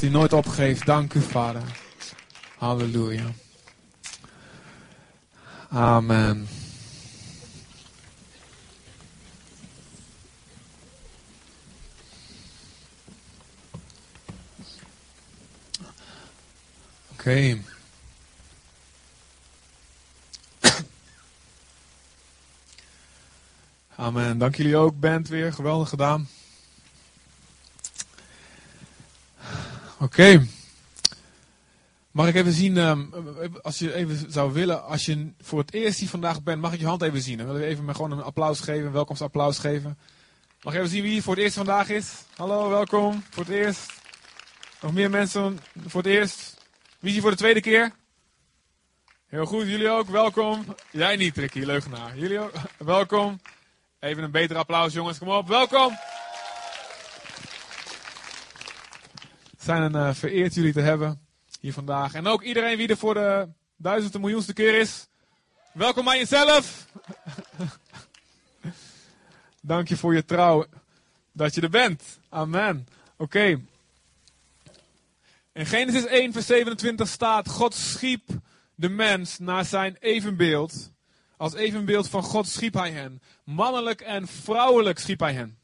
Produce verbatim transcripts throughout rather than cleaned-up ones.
hij nooit opgeeft. Dank u, Vader. Halleluja. Amen. Oké. Okay. Amen. Dank jullie ook, band weer. Geweldig gedaan. Oké. Okay. Mag ik even zien, um, als je even zou willen, als je voor het eerst hier vandaag bent, mag ik je hand even zien. Dan willen we even gewoon een applaus geven, een welkomstapplaus geven. Mag ik even zien wie hier voor het eerst vandaag is? Hallo, welkom. Voor het eerst. Nog meer mensen voor het eerst. Wie is hier voor de tweede keer? Heel goed, jullie ook, welkom. Jij niet, Ricky, leugenaar. Jullie ook, welkom. Even een beter applaus, jongens, kom op, welkom. We zijn uh, vereerd jullie te hebben hier vandaag. En ook iedereen wie er voor de duizendste miljoenste keer is. Welkom aan jezelf. Dank je voor je trouw dat je er bent. Amen. Oké. Okay. In Genesis één vers zevenentwintig staat: God schiep de mens naar zijn evenbeeld. Als evenbeeld van God schiep hij hen. Mannelijk en vrouwelijk schiep hij hen.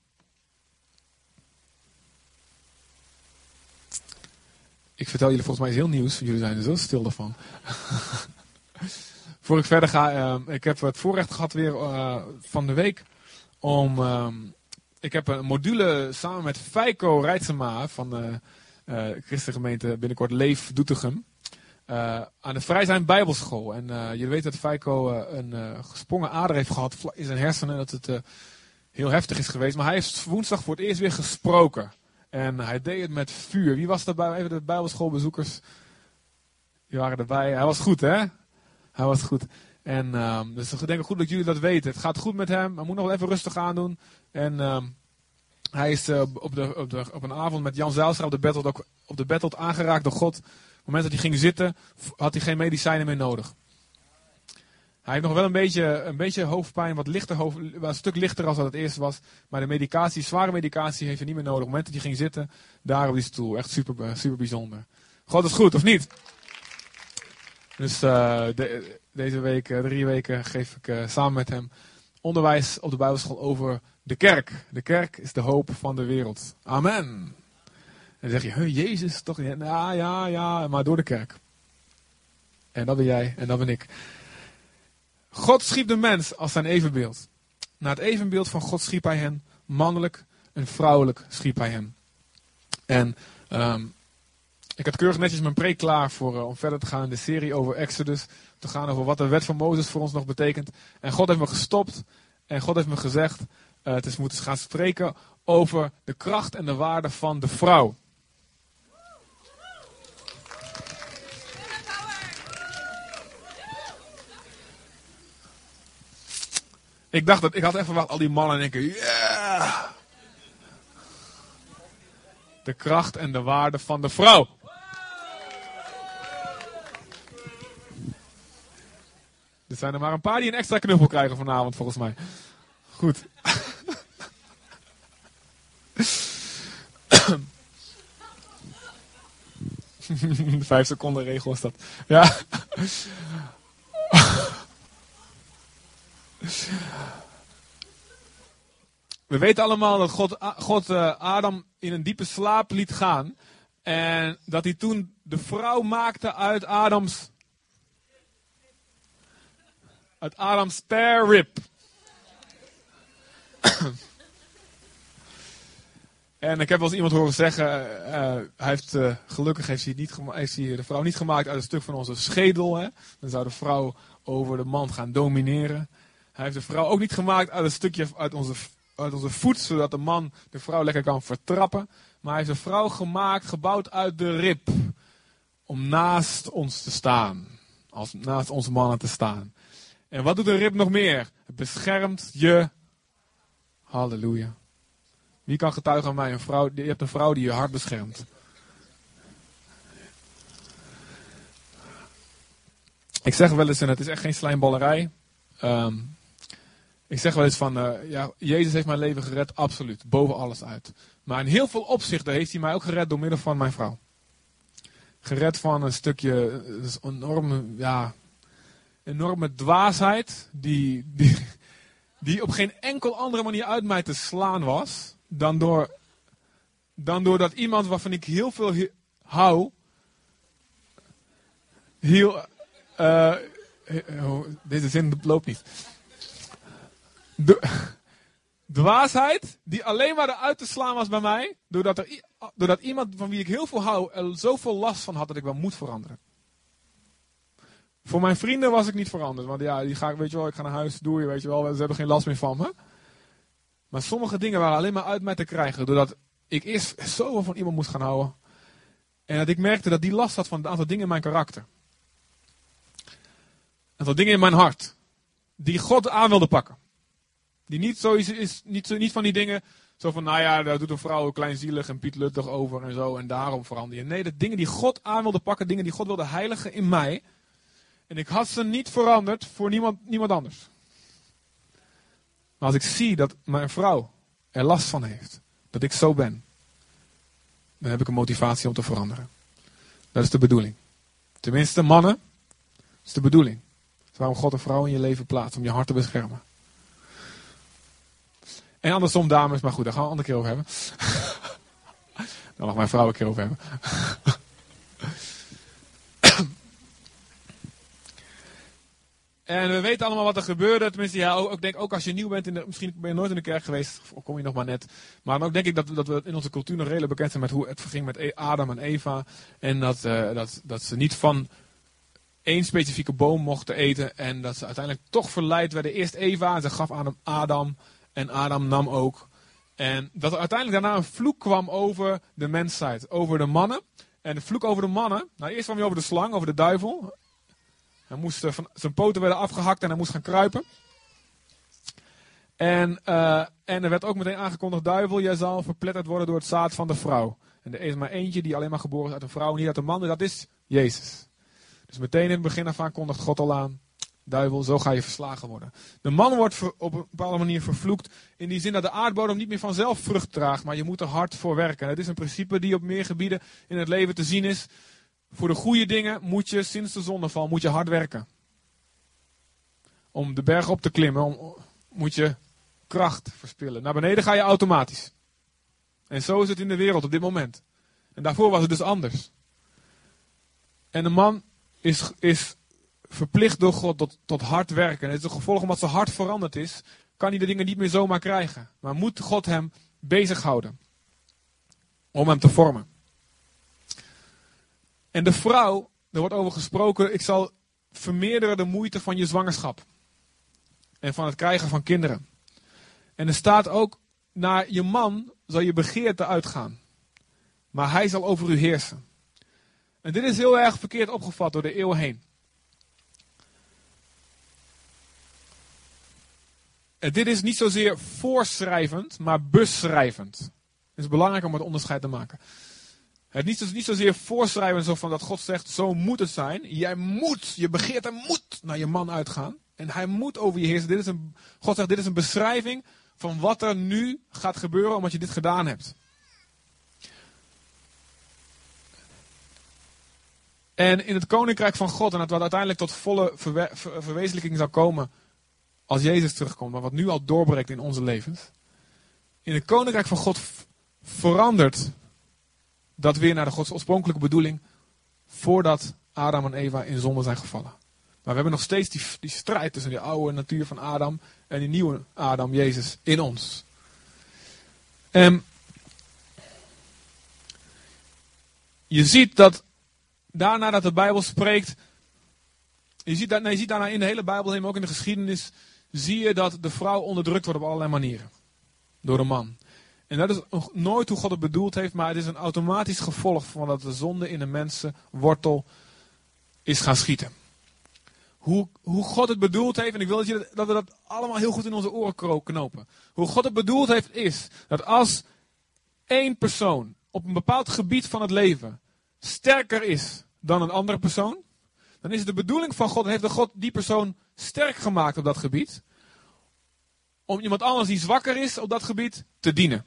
Ik vertel jullie volgens mij iets heel nieuws. Jullie zijn er zo stil ervan. Voor ik verder ga. Uh, ik heb het voorrecht gehad weer uh, van de week. Om, uh, ik heb een module samen met Feiko Rijtsema van de uh, Christengemeente binnenkort Leef Doetinchem. Uh, aan de Vrij Zijn Bijbelschool. En uh, jullie weten dat Feiko uh, een uh, gesprongen ader heeft gehad in zijn hersenen. Dat het uh, heel heftig is geweest. Maar hij heeft woensdag voor het eerst weer gesproken. En hij deed het met vuur. Wie was daarbij? Even de Bijbelschoolbezoekers. Die waren erbij. Hij was goed, hè? Hij was goed. En uh, dus ik denk goed dat jullie dat weten. Het gaat goed met hem. Hij moet nog wel even rustig aan doen. En uh, hij is uh, op, de, op, de, op een avond met Jan Zijlstra op de battle ook op de battle aangeraakt door God. Op het moment dat hij ging zitten, had hij geen medicijnen meer nodig. Hij heeft nog wel een beetje, een beetje hoofdpijn, wat lichter hoofd, een stuk lichter als dat het eerst was. Maar de medicatie, zware medicatie, heeft hij niet meer nodig. Op het moment dat hij ging zitten, daar op die stoel. Echt super, super bijzonder. God is goed, of niet? Dus uh, de, deze week, uh, drie weken, geef ik uh, samen met hem onderwijs op de Bijbelschool over de kerk. De kerk is de hoop van de wereld. Amen. En dan zeg je, hey, Jezus, toch niet? Ja, ja, ja, maar door de kerk. En dat ben jij en dat ben ik. God schiep de mens als zijn evenbeeld. Naar het evenbeeld van God schiep hij hen. Mannelijk en vrouwelijk schiep hij hen. En um, ik had keurig netjes mijn preek klaar voor, uh, om verder te gaan in de serie over Exodus. Te gaan over wat de wet van Mozes voor ons nog betekent. En God heeft me gestopt. En God heeft me gezegd, uh, het is moeten gaan spreken over de kracht en de waarde van de vrouw. Ik dacht dat, ik had echt verwacht, al die mannen denken, yeah! De kracht en de waarde van de vrouw. Er zijn er maar een paar die een extra knuffel krijgen vanavond, volgens mij. Goed. De vijf seconden regel is dat. Ja. We weten allemaal dat God, God uh, Adam in een diepe slaap liet gaan. En dat hij toen de vrouw maakte uit Adams... Uit Adams spare rib. En ik heb wel eens iemand horen zeggen... Uh, hij heeft, uh, gelukkig heeft hij, niet gema- heeft hij de vrouw niet gemaakt uit een stuk van onze schedel. Hè? Dan zou de vrouw over de man gaan domineren. Hij heeft de vrouw ook niet gemaakt uit een stukje uit onze, uit onze voet, zodat de man de vrouw lekker kan vertrappen. Maar hij heeft de vrouw gemaakt, gebouwd uit de rib. Om naast ons te staan. Als naast onze mannen te staan. En wat doet de rib nog meer? Het beschermt je. Halleluja. Wie kan getuigen aan mij? Een vrouw, je hebt een vrouw die je hart beschermt. Ik zeg wel eens, en het is echt geen slijmballerij. Um, ik zeg wel eens van, uh, ja, Jezus heeft mijn leven gered, absoluut. Boven alles uit. Maar in heel veel opzichten heeft hij mij ook gered door middel van mijn vrouw. gered van een stukje, een enorme, ja, enorme dwaasheid, die, die, die op geen enkel andere manier uit mij te slaan was, dan door, dan doordat iemand waarvan ik heel veel he- hou, heel, uh, oh, deze zin loopt niet. De, dwaasheid die alleen maar eruit te slaan was bij mij, doordat, er, doordat iemand van wie ik heel veel hou er zoveel last van had dat ik wel moet veranderen. Voor mijn vrienden was ik niet veranderd, want ja, die ga, weet je wel, ik ga naar huis, doe je, weet je wel, ze hebben geen last meer van me. Maar sommige dingen waren alleen maar uit mij te krijgen, doordat ik eerst zoveel van iemand moest gaan houden. En dat ik merkte dat die last had van een aantal dingen in mijn karakter. Een aantal dingen in mijn hart, die God aan wilde pakken. Die niet zo is, is niet, zo, niet van die dingen, zo van, nou ja, daar doet een vrouw kleinzielig en Piet Luttig over en zo, en daarom verander je. Nee, de dingen die God aan wilde pakken, dingen die God wilde heiligen in mij. En ik had ze niet veranderd voor niemand, niemand anders. Maar als ik zie dat mijn vrouw er last van heeft, dat ik zo ben, dan heb ik een motivatie om te veranderen. Dat is de bedoeling. Tenminste, mannen, dat is de bedoeling. Dat is waarom God een vrouw in je leven plaatst, om je hart te beschermen. En andersom dames, maar goed, daar gaan we een andere keer over hebben. Daar mag mijn vrouw een keer over hebben. En we weten allemaal wat er gebeurde. Tenminste, ja, ook, ik denk ook als je nieuw bent, in de, misschien ben je nooit in de kerk geweest, of kom je nog maar net. Maar dan ook denk ik dat, dat we in onze cultuur nog redelijk bekend zijn met hoe het verging met Adam en Eva. En dat, uh, dat, dat ze niet van één specifieke boom mochten eten. En dat ze uiteindelijk toch verleid werden. Eerst Eva en ze gaf aan hem Adam. En Adam nam ook. En dat er uiteindelijk daarna een vloek kwam over de mensheid. Over de mannen. En de vloek over de mannen. Nou, eerst kwam hij over de slang, over de duivel. Hij moest, uh, van, zijn poten werden afgehakt en hij moest gaan kruipen. En, uh, en er werd ook meteen aangekondigd, duivel, jij zal verpletterd worden door het zaad van de vrouw. En er is maar eentje die alleen maar geboren is uit een vrouw, niet uit een man. En dat is Jezus. Dus meteen in het begin ervan kondigt God al aan, duivel, zo ga je verslagen worden. De man wordt ver, op een bepaalde manier vervloekt. In die zin dat de aardbodem niet meer vanzelf vrucht draagt, maar je moet er hard voor werken. En het is een principe die op meer gebieden in het leven te zien is. Voor de goede dingen moet je sinds de zondeval moet je hard werken. Om de berg op te klimmen om, moet je kracht verspillen. Naar beneden ga je automatisch. En zo is het in de wereld op dit moment. En daarvoor was het dus anders. En de man is, is verplicht door God tot, tot hard werken. En het is het gevolg omdat zijn hart veranderd is, kan hij de dingen niet meer zomaar krijgen. Maar moet God hem bezighouden. Om hem te vormen. En de vrouw, er wordt over gesproken, ik zal vermeerderen de moeite van je zwangerschap. En van het krijgen van kinderen. En er staat ook, naar je man zal je begeerte uitgaan. Maar hij zal over u heersen. En dit is heel erg verkeerd opgevat door de eeuwen heen. En dit is niet zozeer voorschrijvend, maar beschrijvend. Het is belangrijk om het onderscheid te maken. Het is niet, niet zozeer voorschrijven zo van dat God zegt, zo moet het zijn. Jij moet, je begeerte moet naar je man uitgaan. En hij moet over je heersen. Dit is een, God zegt, dit is een beschrijving van wat er nu gaat gebeuren omdat je dit gedaan hebt. En in het koninkrijk van God, en dat wat uiteindelijk tot volle verwe, ver, verwezenlijking zal komen als Jezus terugkomt, maar wat nu al doorbreekt in onze levens. In het koninkrijk van God verandert dat weer naar de Gods oorspronkelijke bedoeling, voordat Adam en Eva in zonde zijn gevallen. Maar we hebben nog steeds die, die strijd tussen die oude natuur van Adam en die nieuwe Adam, Jezus, in ons. En je ziet dat daarna dat de Bijbel spreekt, je ziet, dat, nee, je ziet daarna in de hele Bijbel heen, maar ook in de geschiedenis, zie je dat de vrouw onderdrukt wordt op allerlei manieren. Door de man. En dat is nooit hoe God het bedoeld heeft, maar het is een automatisch gevolg van dat de zonde in de mensen wortel is gaan schieten. Hoe, hoe God het bedoeld heeft, en ik wil dat, je, dat we dat allemaal heel goed in onze oren knopen. Hoe God het bedoeld heeft is, dat als één persoon op een bepaald gebied van het leven sterker is dan een andere persoon, dan is het de bedoeling van God, en heeft de God die persoon sterk gemaakt op dat gebied, om iemand anders die zwakker is op dat gebied te dienen.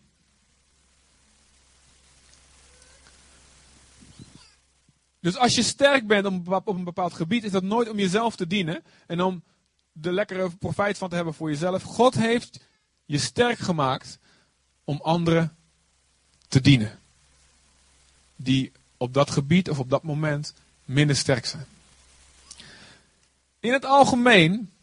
Dus als je sterk bent op een bepaald, op een bepaald gebied, is dat nooit om jezelf te dienen en om de lekkere profijt van te hebben voor jezelf. God heeft je sterk gemaakt om anderen te dienen. Die op dat gebied of op dat moment minder sterk zijn. In het algemeen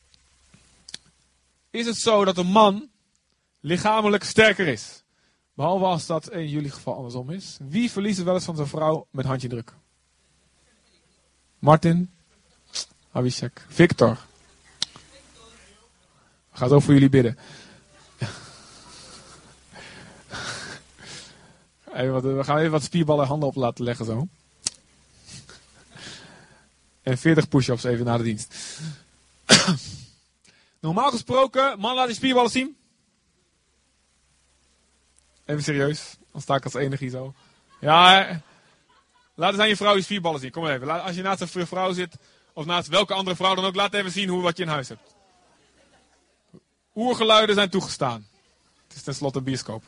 is het zo dat een man lichamelijk sterker is. Behalve als dat in jullie geval andersom is. Wie verliest er wel eens van zijn vrouw met handje drukken? Martin? Abhishek? Victor? We gaan zo voor jullie bidden. Even wat, we gaan even wat spierballen handen op laten leggen zo. En veertig push-ups even na de dienst. Normaal gesproken, man, laat die spierballen zien. Even serieus, dan sta ik als enige hier zo. Ja, laat eens aan je vrouw je spierballen zien. Kom maar even. Als je naast een vrouw zit, of naast welke andere vrouw dan ook, laat even zien hoe, wat je in huis hebt. Oergeluiden zijn toegestaan. Het is tenslotte een bioscoop.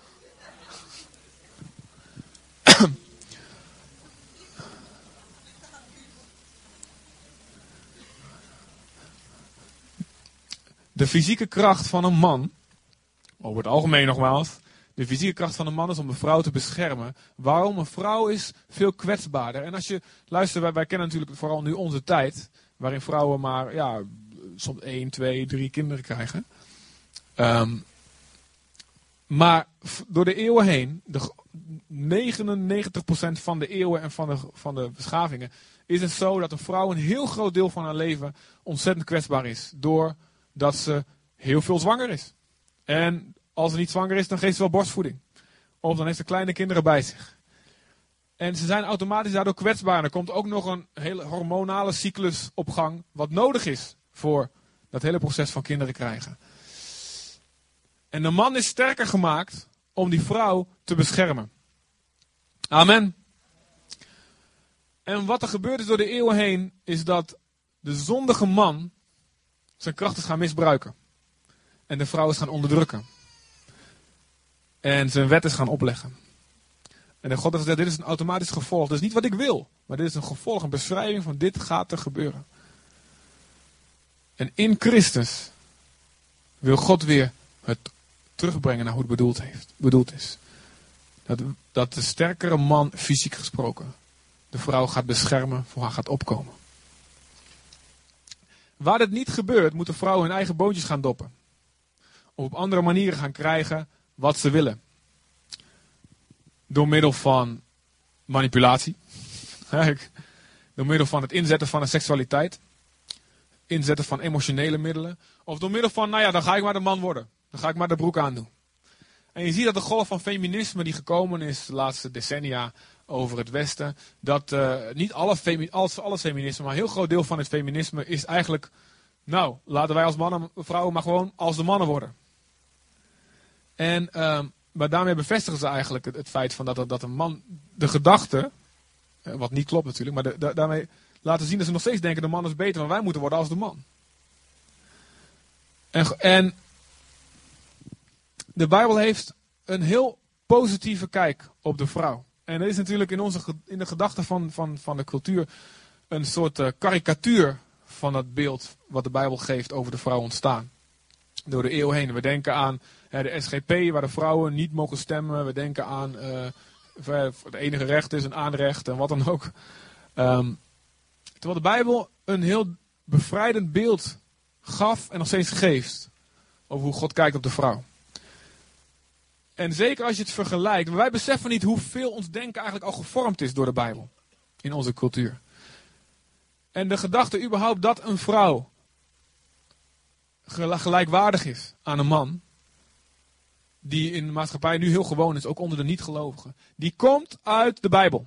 De fysieke kracht van een man, over het algemeen nogmaals, de fysieke kracht van een man is om een vrouw te beschermen. Waarom? Een vrouw is veel kwetsbaarder. En als je luistert, wij, wij kennen natuurlijk vooral nu onze tijd, waarin vrouwen maar ja, soms één, twee, drie kinderen krijgen. Um, maar door de eeuwen heen, de negenennegentig procent van de eeuwen en van de, van de beschavingen, is het zo dat een vrouw een heel groot deel van haar leven ontzettend kwetsbaar is. Doordat ze heel veel zwanger is. En als ze niet zwanger is, dan geeft ze wel borstvoeding. Of dan heeft ze kleine kinderen bij zich. En ze zijn automatisch daardoor kwetsbaar. En er komt ook nog een hele hormonale cyclus op gang, wat nodig is voor dat hele proces van kinderen krijgen. En de man is sterker gemaakt om die vrouw te beschermen. Amen. En wat er gebeurd is door de eeuwen heen, is dat de zondige man zijn kracht is gaan misbruiken. En de vrouw is gaan onderdrukken. En zijn wet is gaan opleggen. En de God heeft gezegd, dit is een automatisch gevolg. Dat is niet wat ik wil, maar dit is een gevolg, een beschrijving van dit gaat er gebeuren. En in Christus wil God weer het terugbrengen naar hoe het bedoeld, heeft, bedoeld is. Dat, dat de sterkere man, fysiek gesproken, de vrouw gaat beschermen, voor haar gaat opkomen. Waar dit niet gebeurt, moeten vrouwen hun eigen boontjes gaan doppen. Of op andere manieren gaan krijgen wat ze willen. Door middel van manipulatie. Door middel van het inzetten van een seksualiteit. Inzetten van emotionele middelen. Of door middel van, nou ja, dan ga ik maar de man worden. Dan ga ik maar de broek aandoen. En je ziet dat de golf van feminisme die gekomen is de laatste decennia over het Westen. Dat uh, niet alle femi- alles, alles feminisme, maar een heel groot deel van het feminisme is eigenlijk, nou, laten wij als mannen, vrouwen maar gewoon als de mannen worden. En, uh, maar daarmee bevestigen ze eigenlijk het, het feit van dat, dat een man, de gedachte, uh, wat niet klopt natuurlijk, maar de, de, daarmee laten zien dat ze nog steeds denken de man is beter, maar wij moeten worden als de man. En, en de Bijbel heeft een heel positieve kijk op de vrouw. En dat is natuurlijk in, onze, in de gedachten van, van, van de cultuur een soort uh, karikatuur van dat beeld wat de Bijbel geeft over de vrouw ontstaan. Door de eeuw heen. We denken aan uh, de S G P waar de vrouwen niet mogen stemmen. We denken aan uh, het enige recht is een aanrecht en wat dan ook. Um, terwijl de Bijbel een heel bevrijdend beeld gaf en nog steeds geeft over hoe God kijkt op de vrouw. En zeker als je het vergelijkt. Wij beseffen niet hoeveel ons denken eigenlijk al gevormd is door de Bijbel. In onze cultuur. En de gedachte überhaupt dat een vrouw gelijkwaardig is aan een man. Die in de maatschappij nu heel gewoon is. Ook onder de niet-gelovigen. Die komt uit de Bijbel.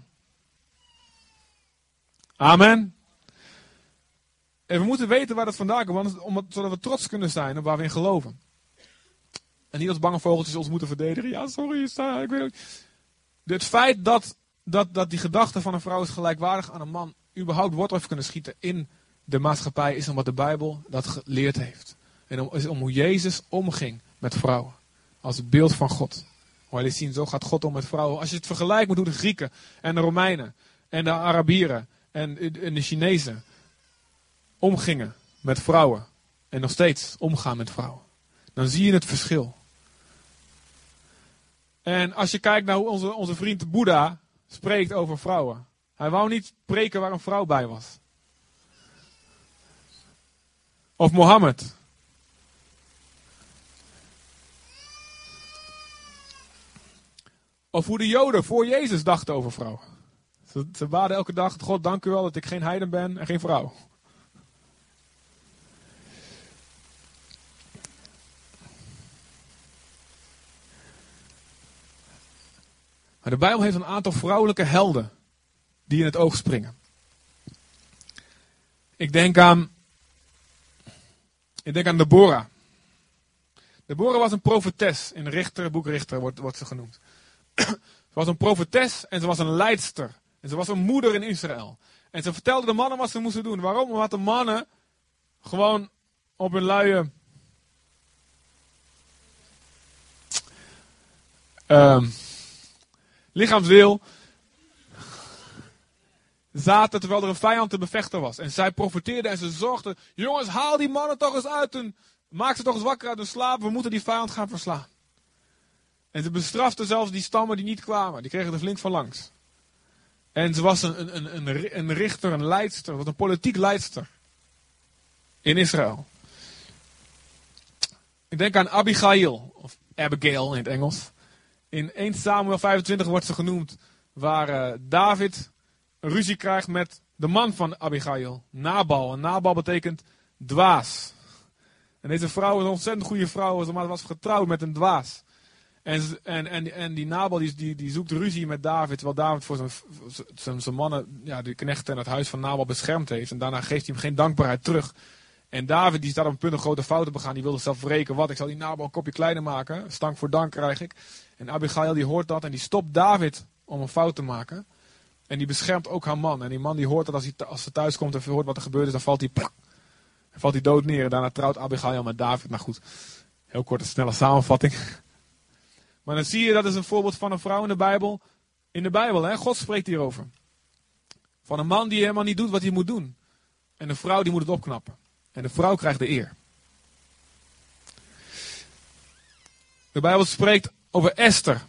Amen. En we moeten weten waar dat vandaan komt. Omdat, zodat we trots kunnen zijn op waar we in geloven. En niet als bange vogeltjes ons moeten verdedigen. Ja, sorry, ik weet ook. Het feit dat, dat, dat die gedachte van een vrouw is gelijkwaardig aan een man überhaupt wortel heeft kunnen schieten in de maatschappij is omdat de Bijbel dat geleerd heeft. En om, is om hoe Jezus omging met vrouwen. Als het beeld van God. Waar je zien, zo gaat God om met vrouwen. Als je het vergelijkt met hoe de Grieken en de Romeinen en de Arabieren en, en de Chinezen omgingen met vrouwen. En nog steeds omgaan met vrouwen. Dan zie je het verschil. En als je kijkt naar hoe onze, onze vriend Boeddha spreekt over vrouwen. Hij wou niet preken waar een vrouw bij was. Of Mohammed. Of hoe de Joden voor Jezus dachten over vrouwen. Ze, ze baden elke dag, God dank u wel dat ik geen heiden ben en geen vrouw. Maar de Bijbel heeft een aantal vrouwelijke helden die in het oog springen. Ik denk aan, ik denk aan Deborah. Deborah was een profetes. In Richter, boek Richter wordt, wordt ze genoemd. Ze was een profetes en ze was een leidster. En ze was een moeder in Israël. En ze vertelde de mannen wat ze moesten doen. Waarom? Omdat de mannen gewoon op hun luie uh, lichaamsdeel zaten terwijl er een vijand te bevechten was. En zij profeteerden en ze zorgden, jongens, haal die mannen toch eens uit hun, maak ze toch eens wakker uit hun slaap, we moeten die vijand gaan verslaan. En ze bestraften zelfs die stammen die niet kwamen, die kregen er flink van langs. En ze was een, een, een, een richter, een leidster, wat een politiek leidster in Israël. Ik denk aan Abigail, of Abigail in het Engels. In eerste Samuel vijfentwintig wordt ze genoemd, waar uh, David een ruzie krijgt met de man van Abigail, Nabal. En Nabal betekent dwaas. En deze vrouw is een ontzettend goede vrouw, maar was getrouwd met een dwaas. En, en, en, en die Nabal die, die, die zoekt ruzie met David, terwijl David voor zijn, zijn, zijn mannen, ja, de knechten en het huis van Nabal beschermd heeft. En daarna geeft hij hem geen dankbaarheid terug. En David die staat op een punt een grote fout te begaan, die wilde zelf wreken. Wat, ik zal die Nabal een kopje kleiner maken, stank voor dank krijg ik. En Abigail die hoort dat en die stopt David om een fout te maken. En die beschermt ook haar man. En die man die hoort dat als, hij, als ze thuis komt en hoort wat er gebeurd is, dan valt hij, plak, dan valt hij dood neer. En daarna trouwt Abigail met David. Nou goed, heel korte, snelle samenvatting. Maar dan zie je, dat is een voorbeeld van een vrouw in de Bijbel. In de Bijbel, hè? God spreekt hierover. Van een man die helemaal niet doet wat hij moet doen. En een vrouw die moet het opknappen. En de vrouw krijgt de eer. De Bijbel spreekt over Esther.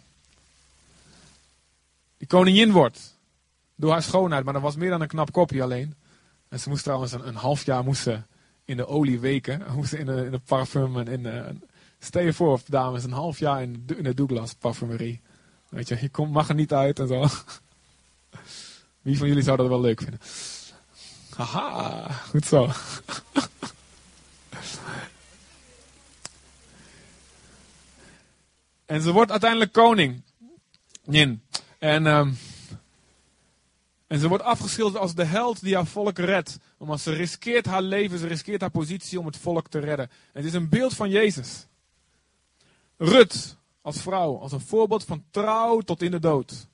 Die koningin wordt. Door haar schoonheid. Maar dat was meer dan een knap kopje alleen. En ze moest trouwens een, een half jaar moest ze in de olie weken. Moest in de, in de parfum en in de... Stel je voor, dames, een half jaar in de, in de Douglas parfumerie. Weet je, je komt, mag er niet uit en zo. Wie van jullie zou dat wel leuk vinden? Haha, goed zo. En ze wordt uiteindelijk koning. En, um, en ze wordt afgeschilderd als de held die haar volk redt. Omdat ze riskeert haar leven, ze riskeert haar positie om het volk te redden. En het is een beeld van Jezus. Rut als vrouw, als een voorbeeld van trouw tot in de dood.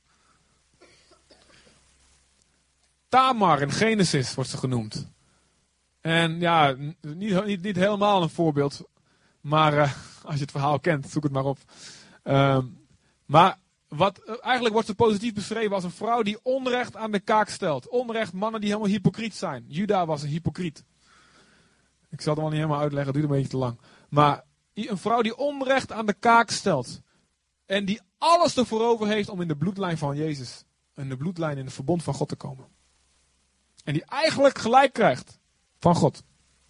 Tamar in Genesis wordt ze genoemd. En ja, niet, niet, niet helemaal een voorbeeld. Maar uh, als je het verhaal kent, zoek het maar op. Um, maar wat, eigenlijk wordt ze positief beschreven als een vrouw die onrecht aan de kaak stelt. Onrecht, mannen die helemaal hypocriet zijn. Juda was een hypocriet. Ik zal het wel niet helemaal uitleggen, het duurt een beetje te lang. Maar een vrouw die onrecht aan de kaak stelt. En die alles ervoor over heeft om in de bloedlijn van Jezus, in de bloedlijn in het verbond van God te komen. En die eigenlijk gelijk krijgt van God.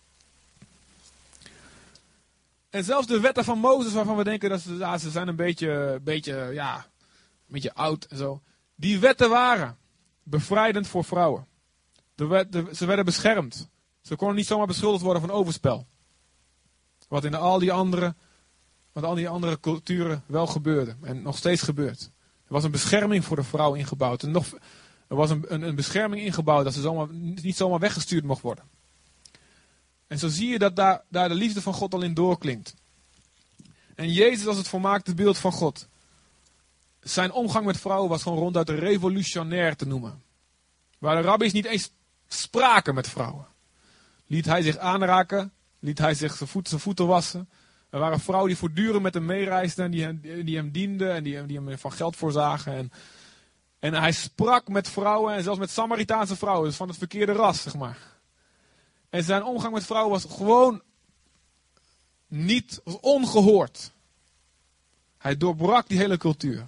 En zelfs de wetten van Mozes, waarvan we denken dat ze, ja, ze zijn een beetje, beetje, ja, een beetje oud en zo. Die wetten waren bevrijdend voor vrouwen. De wet, de, ze werden beschermd. Ze konden niet zomaar beschuldigd worden van overspel. Wat in al die andere, wat al die andere culturen wel gebeurde. En nog steeds gebeurt. Er was een bescherming voor de vrouw ingebouwd. En nog, er was een, een, een bescherming ingebouwd dat ze zomaar, niet zomaar weggestuurd mocht worden. En zo zie je dat daar, daar de liefde van God al in doorklinkt. En Jezus als het volmaakte beeld van God. Zijn omgang met vrouwen was gewoon ronduit revolutionair te noemen. Waar de rabbies niet eens spraken met vrouwen. Liet hij zich aanraken. Liet hij zich zijn, voet, zijn voeten wassen. Er waren vrouwen die voortdurend met hem meereisden. En die hem, die hem dienden. En die, die hem van geld voorzagen. En En hij sprak met vrouwen en zelfs met Samaritaanse vrouwen, dus van het verkeerde ras, zeg maar. En zijn omgang met vrouwen was gewoon niet, was ongehoord. Hij doorbrak die hele cultuur.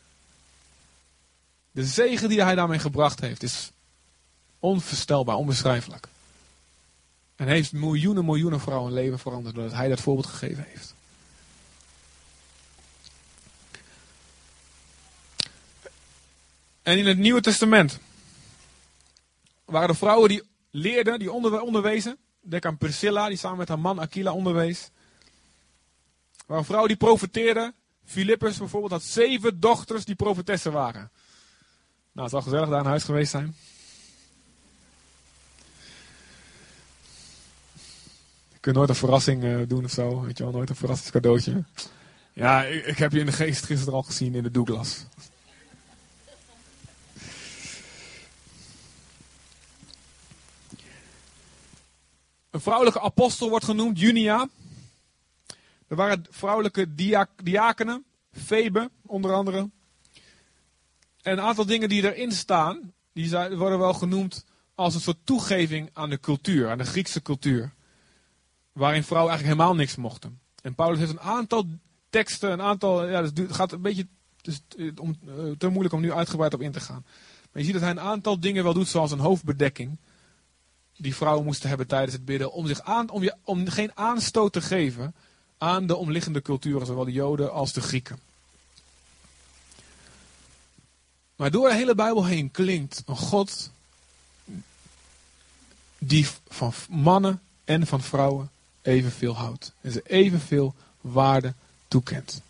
De zegen die hij daarmee gebracht heeft is onvoorstelbaar, onbeschrijfelijk. En heeft miljoenen, miljoenen vrouwen leven veranderd doordat hij dat voorbeeld gegeven heeft. En in het Nieuwe Testament waren er vrouwen die leerden, die onder, onderwezen. Denk aan Priscilla, die samen met haar man Aquila onderwees. Er waren vrouwen die profeteerden. Filippus bijvoorbeeld had zeven dochters die profetessen waren. Nou, het zal gezellig daar in huis geweest zijn. Je kunt nooit een verrassing uh, doen of zo. Weet je wel, nooit een verrassingscadeautje. Ja, ik, ik heb je in de geest gisteren al gezien in de Douglas. Een vrouwelijke apostel wordt genoemd, Junia. Er waren vrouwelijke dia- diakenen, Febe onder andere. En een aantal dingen die erin staan, die zijn, worden wel genoemd als een soort toegeving aan de cultuur, aan de Griekse cultuur. Waarin vrouwen eigenlijk helemaal niks mochten. En Paulus heeft een aantal teksten, een aantal, ja, dus het gaat een beetje, het is te moeilijk om nu uitgebreid op in te gaan. Maar je ziet dat hij een aantal dingen wel doet, zoals een hoofdbedekking. Die vrouwen moesten hebben tijdens het bidden, om, zich aan, om, je, om geen aanstoot te geven aan de omliggende culturen, zowel de Joden als de Grieken. Maar door de hele Bijbel heen klinkt een God die van mannen en van vrouwen evenveel houdt. En ze evenveel waarde toekent.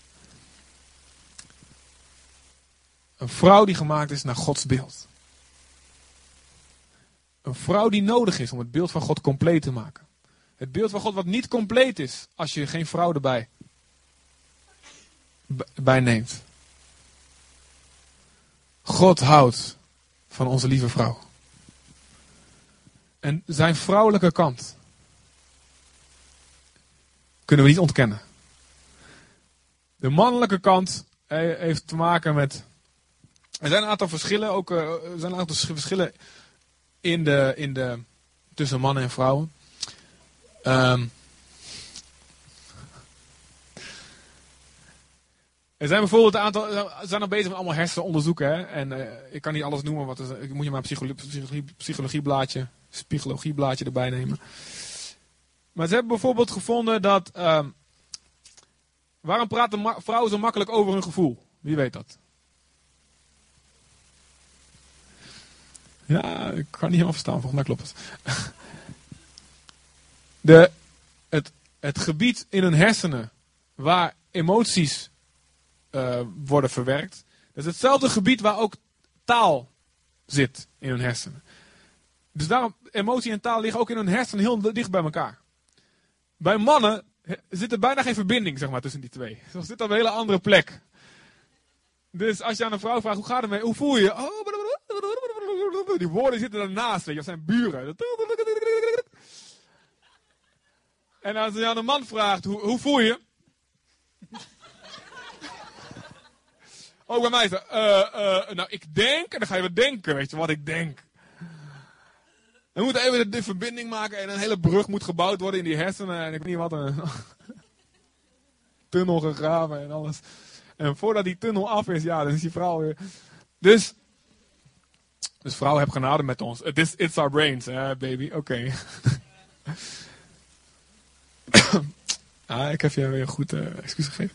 Een vrouw die gemaakt is naar Gods beeld. Een vrouw die nodig is om het beeld van God compleet te maken. Het beeld van God wat niet compleet is als je geen vrouw erbij bij neemt. God houdt van onze lieve vrouw. En zijn vrouwelijke kant kunnen we niet ontkennen. De mannelijke kant heeft te maken met... Er zijn een aantal verschillen, ook, uh, er zijn een aantal verschillen in de, in de, tussen mannen en vrouwen. Um, er zijn bijvoorbeeld een aantal, er zijn nog bezig met allemaal hersenonderzoeken. Hè? En uh, ik kan niet alles noemen, want er, ik moet je maar een psychologie, psychologie, psychologieblaadje, psychologieblaadje erbij nemen. Maar ze hebben bijvoorbeeld gevonden dat... Um, waarom praten ma- vrouwen zo makkelijk over hun gevoel? Wie weet dat? Ja, ik kan niet helemaal verstaan, volgens mij klopt het. De, het, het gebied in hun hersenen waar emoties uh, worden verwerkt. Dat is hetzelfde gebied waar ook taal zit in hun hersenen. Dus daarom, emotie en taal liggen ook in hun hersenen heel dicht bij elkaar. Bij mannen zit er bijna geen verbinding, zeg maar, tussen die twee. Ze zitten op een hele andere plek. Dus als je aan een vrouw vraagt, hoe gaat het mee? Hoe voel je je? Oh, die woorden zitten ernaast, weet je, dat zijn buren. En als je aan een man vraagt, hoe, hoe voel je? Ook bij mij is dat, uh, uh, nou, ik denk, en dan ga je wat denken, weet je, wat ik denk. We moeten even de, de verbinding maken en een hele brug moet gebouwd worden in die hersenen. En ik weet niet wat, een tunnel gegraven en alles. En voordat die tunnel af is, ja, dan is die vrouw weer... Dus, dus vrouw, heb genade met ons. It is, it's our brains, eh, baby. Oké. Okay. ah, ik heb je weer een goed uh, excuus gegeven.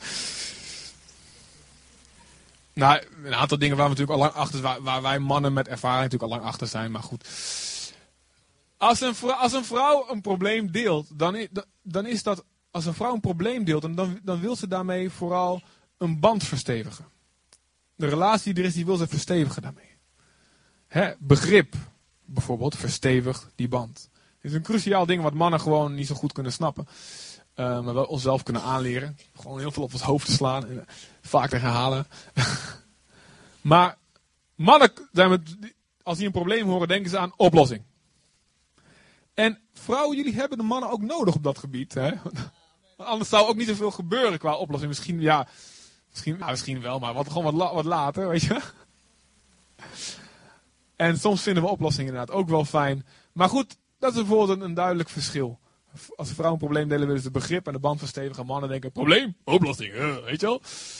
Nou, een aantal dingen waar we natuurlijk al lang achter zijn, waar, waar wij mannen met ervaring natuurlijk al lang achter zijn, maar goed. Als een vrouw, als een, vrouw een probleem deelt, dan is, dan is dat, als een vrouw een probleem deelt, dan, dan wil ze daarmee vooral een band verstevigen. De relatie die er is, die wil ze verstevigen daarmee. Hè, begrip, bijvoorbeeld, verstevigt die band. Het is een cruciaal ding wat mannen gewoon niet zo goed kunnen snappen. Uh, maar wel onszelf kunnen aanleren. Gewoon heel veel op het hoofd te slaan. En vaak te herhalen. Maar mannen, zijn met, als die een probleem horen, denken ze aan oplossing. En vrouwen, jullie hebben de mannen ook nodig op dat gebied. Hè? Anders zou ook niet zoveel gebeuren qua oplossing. Misschien, ja, misschien, ja, misschien wel, maar wat, gewoon wat, la, wat later, weet je. En soms vinden we oplossingen inderdaad ook wel fijn. Maar goed, dat is bijvoorbeeld een, een duidelijk verschil. Als een vrouw een probleem delen, willen ze begrip en de band verstevigen. Mannen denken, probleem, oplossing, uh, weet je wel.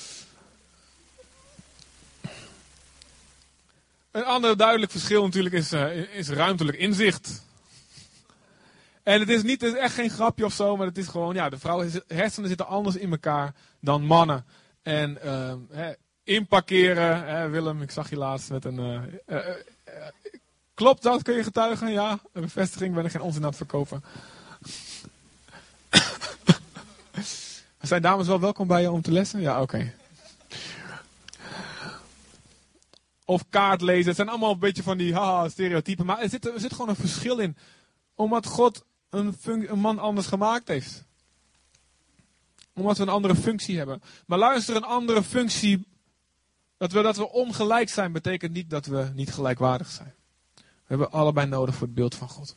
Een ander duidelijk verschil natuurlijk is, uh, is ruimtelijk inzicht. En het is, niet, het is echt geen grapje of zo, maar het is gewoon, ja, de vrouwen hersenen zitten anders in elkaar dan mannen. En uh, hè, inparkeren, hè, Willem, ik zag je laatst met een... Uh, uh, uh, klopt dat, kun je getuigen? Ja, een bevestiging, ben ik geen onzin aan het verkopen. Zijn dames wel welkom bij je om te lessen? Ja, oké. Okay. Of kaart lezen, het zijn allemaal een beetje van die haha, stereotypen. Maar er zit, er zit gewoon een verschil in. Omdat God een, func- een man anders gemaakt heeft. Omdat we een andere functie hebben. Maar luister, een andere functie, dat we, dat we ongelijk zijn, betekent niet dat we niet gelijkwaardig zijn. We hebben allebei nodig voor het beeld van God.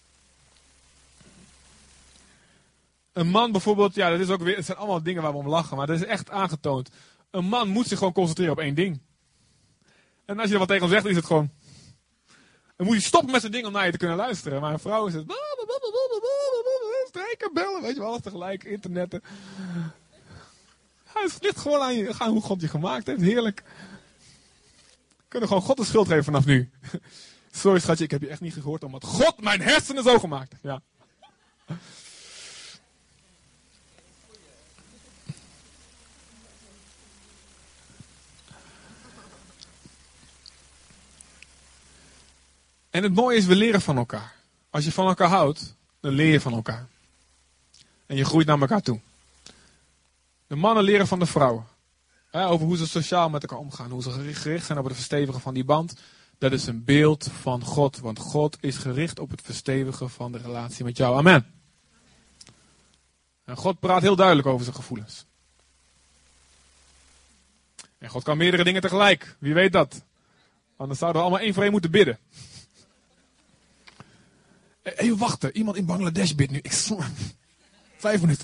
Een man bijvoorbeeld, ja, dat is ook weer, het zijn allemaal dingen waar we om lachen, maar dat is echt aangetoond. Een man moet zich gewoon concentreren op één ding. En als je er wat tegen hem zegt, is het gewoon... Dan moet je stoppen met zijn ding om naar je te kunnen luisteren. Maar een vrouw is het... Strijken, bellen, weet je wel, alles tegelijk, internetten. Het ligt gewoon aan je, aan hoe God je gemaakt heeft, heerlijk. We kunnen gewoon God de schuld geven vanaf nu. Sorry schatje, ik heb je echt niet gehoord, omdat God mijn hersenen zo gemaakt heeft. Ja. En het mooie is, we leren van elkaar. Als je van elkaar houdt, dan leer je van elkaar. En je groeit naar elkaar toe. De mannen leren van de vrouwen. Hè, over hoe ze sociaal met elkaar omgaan. Hoe ze gericht zijn op het verstevigen van die band. Dat is een beeld van God. Want God is gericht op het verstevigen van de relatie met jou. Amen. En God praat heel duidelijk over zijn gevoelens. En God kan meerdere dingen tegelijk. Wie weet dat? Anders zouden we allemaal één voor één moeten bidden. Even wachten, iemand in Bangladesh bidt nu. Ik sl- Vijf minuten.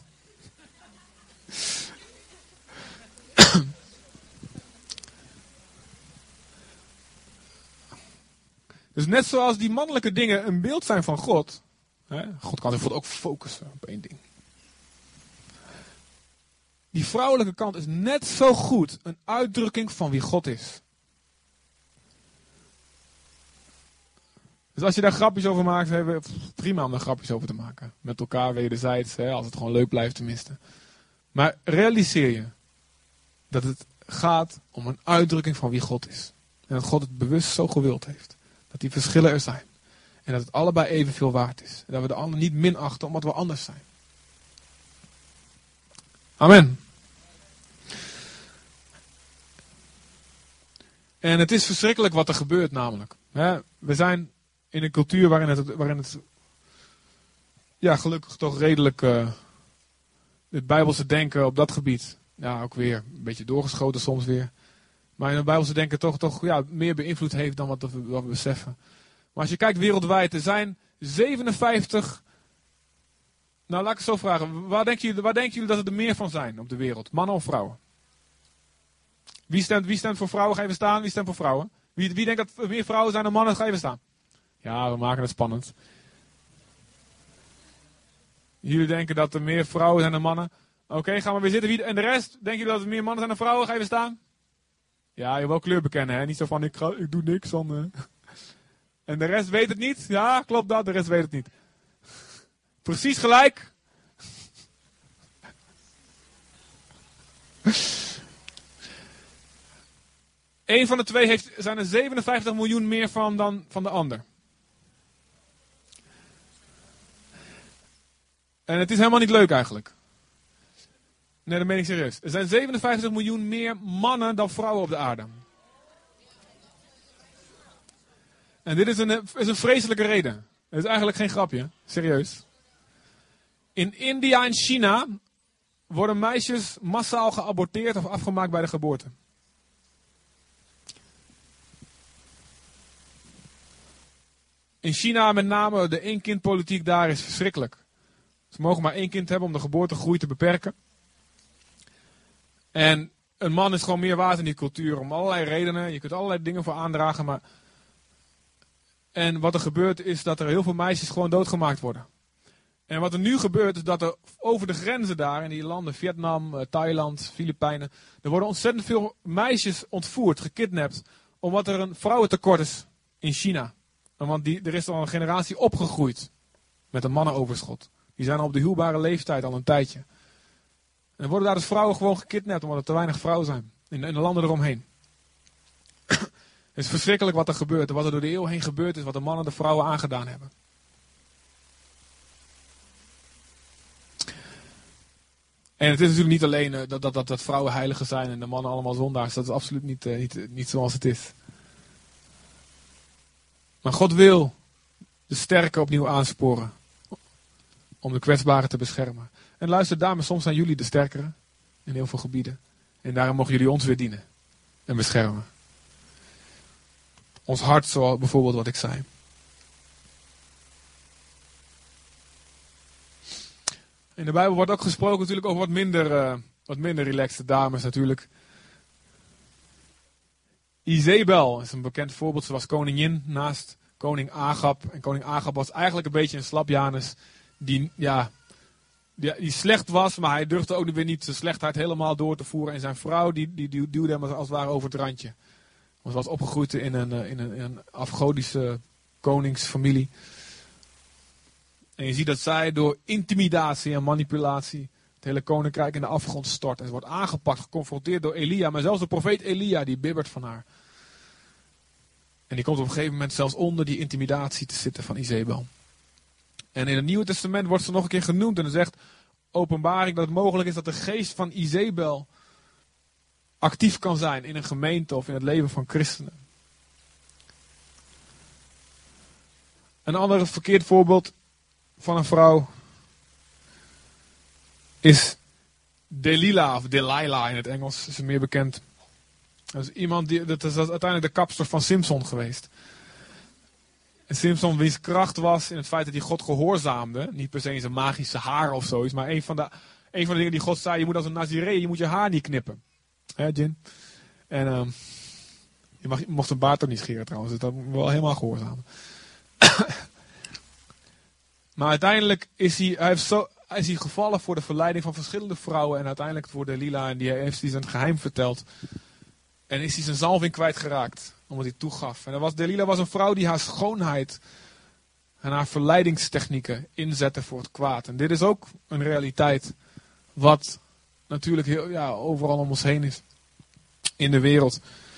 Dus net zoals die mannelijke dingen een beeld zijn van God. Hè, God kan bijvoorbeeld ook focussen op één ding. Die vrouwelijke kant is net zo goed een uitdrukking van wie God is. Dus als je daar grapjes over maakt, hebben we prima om daar grapjes over te maken. Met elkaar wederzijds, hè, als het gewoon leuk blijft tenminste. Maar realiseer je dat het gaat om een uitdrukking van wie God is. En dat God het bewust zo gewild heeft. Dat die verschillen er zijn. En dat het allebei evenveel waard is. En dat we de ander niet minachten omdat we anders zijn. Amen. En het is verschrikkelijk wat er gebeurt namelijk. Hè, we zijn in een cultuur waarin het, waarin het ja, gelukkig toch redelijk uh, het Bijbelse denken op dat gebied, ja, ook weer een beetje doorgeschoten soms weer. Maar in het Bijbelse denken toch, toch ja, meer beïnvloed heeft dan wat we, wat we beseffen. Maar als je kijkt wereldwijd, er zijn zevenenvijftig... Nou, laat ik het zo vragen. Waar denken jullie, waar denken jullie dat er er meer van zijn op de wereld? Mannen of vrouwen? Wie stemt, wie stemt voor vrouwen? Ga even staan. Wie stemt voor vrouwen? Wie, wie denkt dat er meer vrouwen zijn dan mannen? Ga even staan. Ja, we maken het spannend. Jullie denken dat er meer vrouwen zijn dan mannen? Oké, okay, gaan we weer zitten. Wie, en de rest? Denken jullie dat er meer mannen zijn dan vrouwen? Ga even staan. Ja, je wil kleur bekennen, hè? Niet zo van, ik, ga, ik doe niks. Dan, uh. En de rest weet het niet? Ja, klopt dat. De rest weet het niet. Precies gelijk. Eén van de twee heeft, zijn er zevenenvijftig miljoen meer van dan van de ander. En het is helemaal niet leuk eigenlijk. Nee, dat meen ik serieus. Er zijn zevenenvijftig miljoen meer mannen dan vrouwen op de aarde. En dit is een, is een vreselijke reden. Het is eigenlijk geen grapje. Serieus. In India en China worden meisjes massaal geaborteerd of afgemaakt bij de geboorte. In China met name, de één-kind-politiek daar is verschrikkelijk. Ze mogen maar één kind hebben om de geboortegroei te beperken. En een man is gewoon meer waard in die cultuur om allerlei redenen. Je kunt allerlei dingen voor aandragen, maar En wat er gebeurt is dat er heel veel meisjes gewoon doodgemaakt worden. En wat er nu gebeurt is dat er over de grenzen daar in die landen, Vietnam, Thailand, Filipijnen, er worden ontzettend veel meisjes ontvoerd, gekidnapt, omdat er een vrouwentekort is in China. En want die, er is al een generatie opgegroeid met een mannenoverschot. Die zijn al op de huwbare leeftijd al een tijdje. En dan worden daar dus vrouwen gewoon gekidnapt omdat er te weinig vrouwen zijn in, in de landen eromheen. Het is verschrikkelijk wat er gebeurt. Wat er door de eeuw heen gebeurd is. Wat de mannen de vrouwen aangedaan hebben. En het is natuurlijk niet alleen uh, dat, dat, dat, dat vrouwen heiligen zijn en de mannen allemaal zondaars. Dat is absoluut niet, uh, niet, niet zoals het is. Maar God wil de sterken opnieuw aansporen. Om de kwetsbaren te beschermen. En luister, dames, soms zijn jullie de sterkeren. In heel veel gebieden. En daarom mogen jullie ons weer dienen. En beschermen. Ons hart, zoals bijvoorbeeld wat ik zei. In de Bijbel wordt ook gesproken natuurlijk over wat minder, uh, wat minder relaxed dames natuurlijk. Izebel is een bekend voorbeeld. Ze was koningin naast koning Agab. En koning Agab was eigenlijk een beetje een slapjanus. Die, ja, die, die slecht was, maar hij durfde ook weer niet zijn slechtheid helemaal door te voeren. En zijn vrouw die, die, die duwde hem als het ware over het randje. Ze was opgegroeid in een, in een, in een afgodische koningsfamilie. En je ziet dat zij door intimidatie en manipulatie het hele koninkrijk in de afgrond stort. En ze wordt aangepakt, geconfronteerd door Elia. Maar zelfs de profeet Elia, die bibbert van haar. En die komt op een gegeven moment zelfs onder die intimidatie te zitten van Izebel. En in het Nieuwe Testament wordt ze nog een keer genoemd. En er zegt openbaring dat het mogelijk is dat de geest van Izebel actief kan zijn in een gemeente of in het leven van christenen. Een ander verkeerd voorbeeld van een vrouw is Delilah of Delilah in het Engels, is ze meer bekend. Dat is iemand die, dat is uiteindelijk de kapster van Simson geweest. En Simson wiens kracht was in het feit dat hij God gehoorzaamde, niet per se in zijn magische haar of zoiets, maar een van de, een van de dingen die God zei, je moet als een Nazireë, je moet je haar niet knippen. Hè, Jin? En um, je, mag, je mocht zijn baard ook niet scheren trouwens, dus dat wel helemaal gehoorzaam. Maar uiteindelijk is hij, hij, heeft zo, is hij gevallen voor de verleiding van verschillende vrouwen. En uiteindelijk voor Delilah. En die heeft hij zijn geheim verteld. En is hij zijn zalving kwijtgeraakt. Omdat hij toegaf. En dat was, Delilah was een vrouw die haar schoonheid en haar verleidingstechnieken inzette voor het kwaad. En dit is ook een realiteit. Wat natuurlijk heel, ja, overal om ons heen is. In de wereld.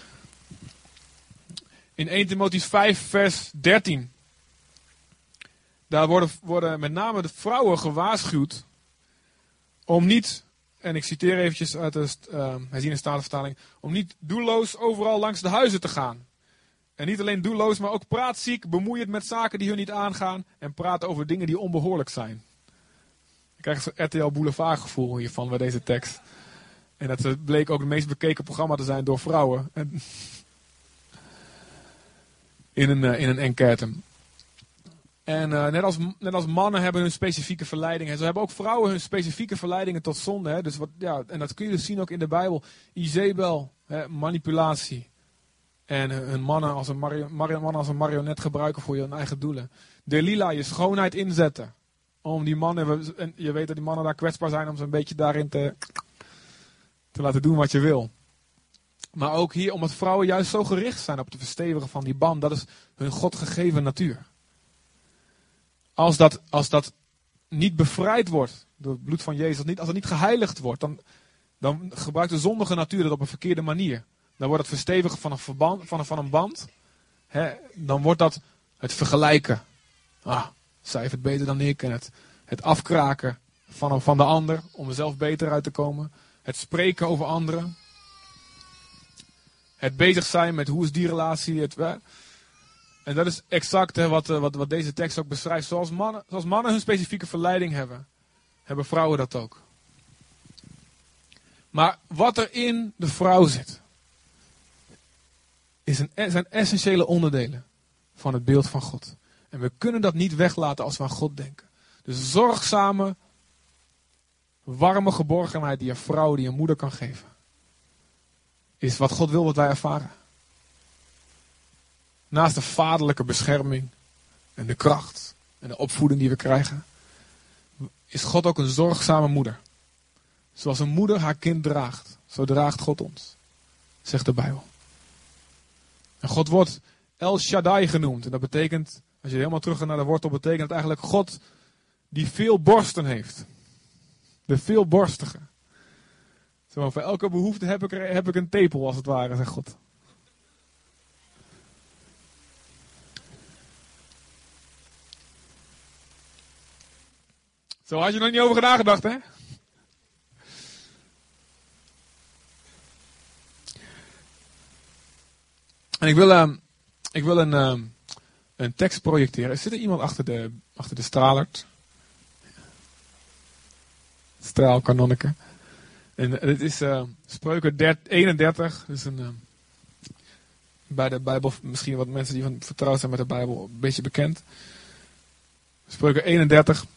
In eerste Timotheüs vijf vers dertien. Daar worden, worden met name de vrouwen gewaarschuwd om niet, en ik citeer eventjes uit de uh, herziene statenvertaling, om niet doelloos overal langs de huizen te gaan. En niet alleen doelloos, maar ook praatziek, bemoeiend met zaken die hun niet aangaan en praten over dingen die onbehoorlijk zijn. Ik krijg zo'n R T L Boulevard gevoel hiervan bij deze tekst. En dat bleek ook het meest bekeken programma te zijn door vrouwen. En in een, uh, in een enquête. En uh, net, als, net als mannen hebben hun specifieke verleidingen. Zo hebben ook vrouwen hun specifieke verleidingen tot zonde. Hè? Dus wat, ja, en dat kun je dus zien ook in de Bijbel. Izebel, hè, manipulatie. En hun mannen als, een mario, mannen als een marionet gebruiken voor hun eigen doelen. Delilah, je schoonheid inzetten. Om die mannen, en je weet dat die mannen daar kwetsbaar zijn om ze een beetje daarin te, te laten doen wat je wil. Maar ook hier, omdat vrouwen juist zo gericht zijn op het verstevigen van die band. Dat is hun godgegeven natuur. Als dat, als dat niet bevrijd wordt door het bloed van Jezus, niet, als het niet geheiligd wordt, dan, dan gebruikt de zondige natuur dat op een verkeerde manier. Dan wordt het verstevigen van een, verband, van een, van een band, hè, dan wordt dat het vergelijken. Ah, zij heeft het beter dan ik. En het, het afkraken van, van de ander om er zelf beter uit te komen. Het spreken over anderen. Het bezig zijn met hoe is die relatie. Het, hè. En dat is exact hè, wat, wat, wat deze tekst ook beschrijft. Zoals mannen, zoals mannen hun specifieke verleiding hebben, hebben vrouwen dat ook. Maar wat er in de vrouw zit, is een, zijn essentiële onderdelen van het beeld van God. En we kunnen dat niet weglaten als we aan God denken. De zorgzame, warme geborgenheid die een vrouw, die een moeder kan geven, is wat God wil wat wij ervaren. Naast de vaderlijke bescherming en de kracht en de opvoeding die we krijgen, is God ook een zorgzame moeder. Zoals een moeder haar kind draagt, zo draagt God ons, zegt de Bijbel. En God wordt El Shaddai genoemd. En dat betekent, als je helemaal terug gaat naar de wortel, betekent het eigenlijk God die veel borsten heeft. De veelborstige. Zo, voor elke behoefte heb ik, er, heb ik een tepel, als het ware, zegt God. Zo had je er nog niet over nagedacht, hè? En ik wil, uh, ik wil een, uh, een tekst projecteren. Zit er iemand achter de, achter de stralert? Straalkanonneke. En uh, dit is uh, Spreuken eenendertig. Dus een, uh, bij de Bijbel, misschien wat mensen die van vertrouwd zijn met de Bijbel, een beetje bekend. Spreuken eenendertig.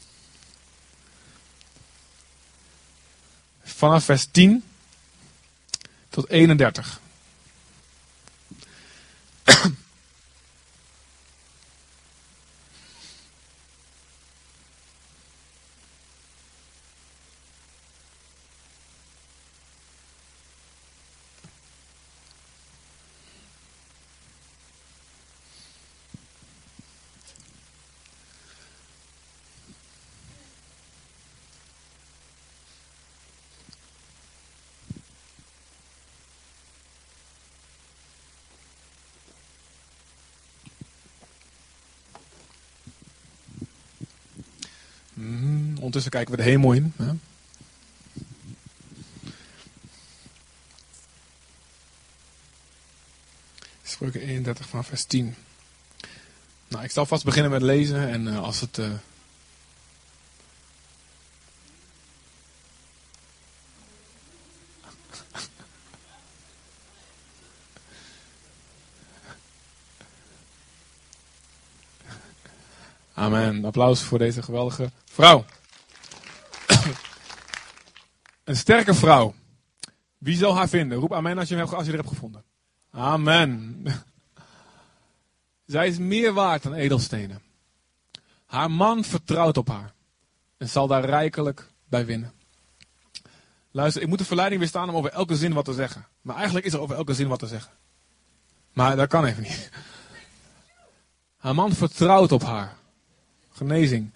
Vanaf vers tien tot eenendertig. Mm, ondertussen kijken we de hemel in. Hè? Spreuken eenendertig vanaf vers tien. Nou, ik zal vast beginnen met lezen en uh, als het... Uh... Amen. Applaus voor deze geweldige vrouw. Een sterke vrouw. Wie zal haar vinden? Roep amen als je, hem, als je er hebt gevonden. Amen. Zij is meer waard dan edelstenen. Haar man vertrouwt op haar. En zal daar rijkelijk bij winnen. Luister, ik moet de verleiding weerstaan om over elke zin wat te zeggen. Maar eigenlijk is er over elke zin wat te zeggen. Maar dat kan even niet. Haar man vertrouwt op haar. Genezing.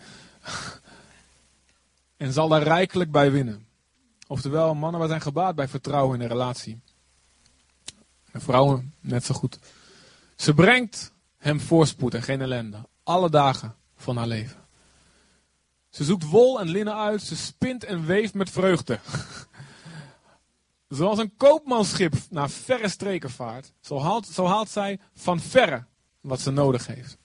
En zal daar rijkelijk bij winnen. Oftewel, mannen, wij zijn gebaat bij vertrouwen in een relatie. En vrouwen net zo goed. Ze brengt hem voorspoed en geen ellende. Alle dagen van haar leven. Ze zoekt wol en linnen uit. Ze spint en weeft met vreugde. Zoals een koopmansschip naar verre streken vaart. Zo haalt, zo haalt zij van verre wat ze nodig heeft.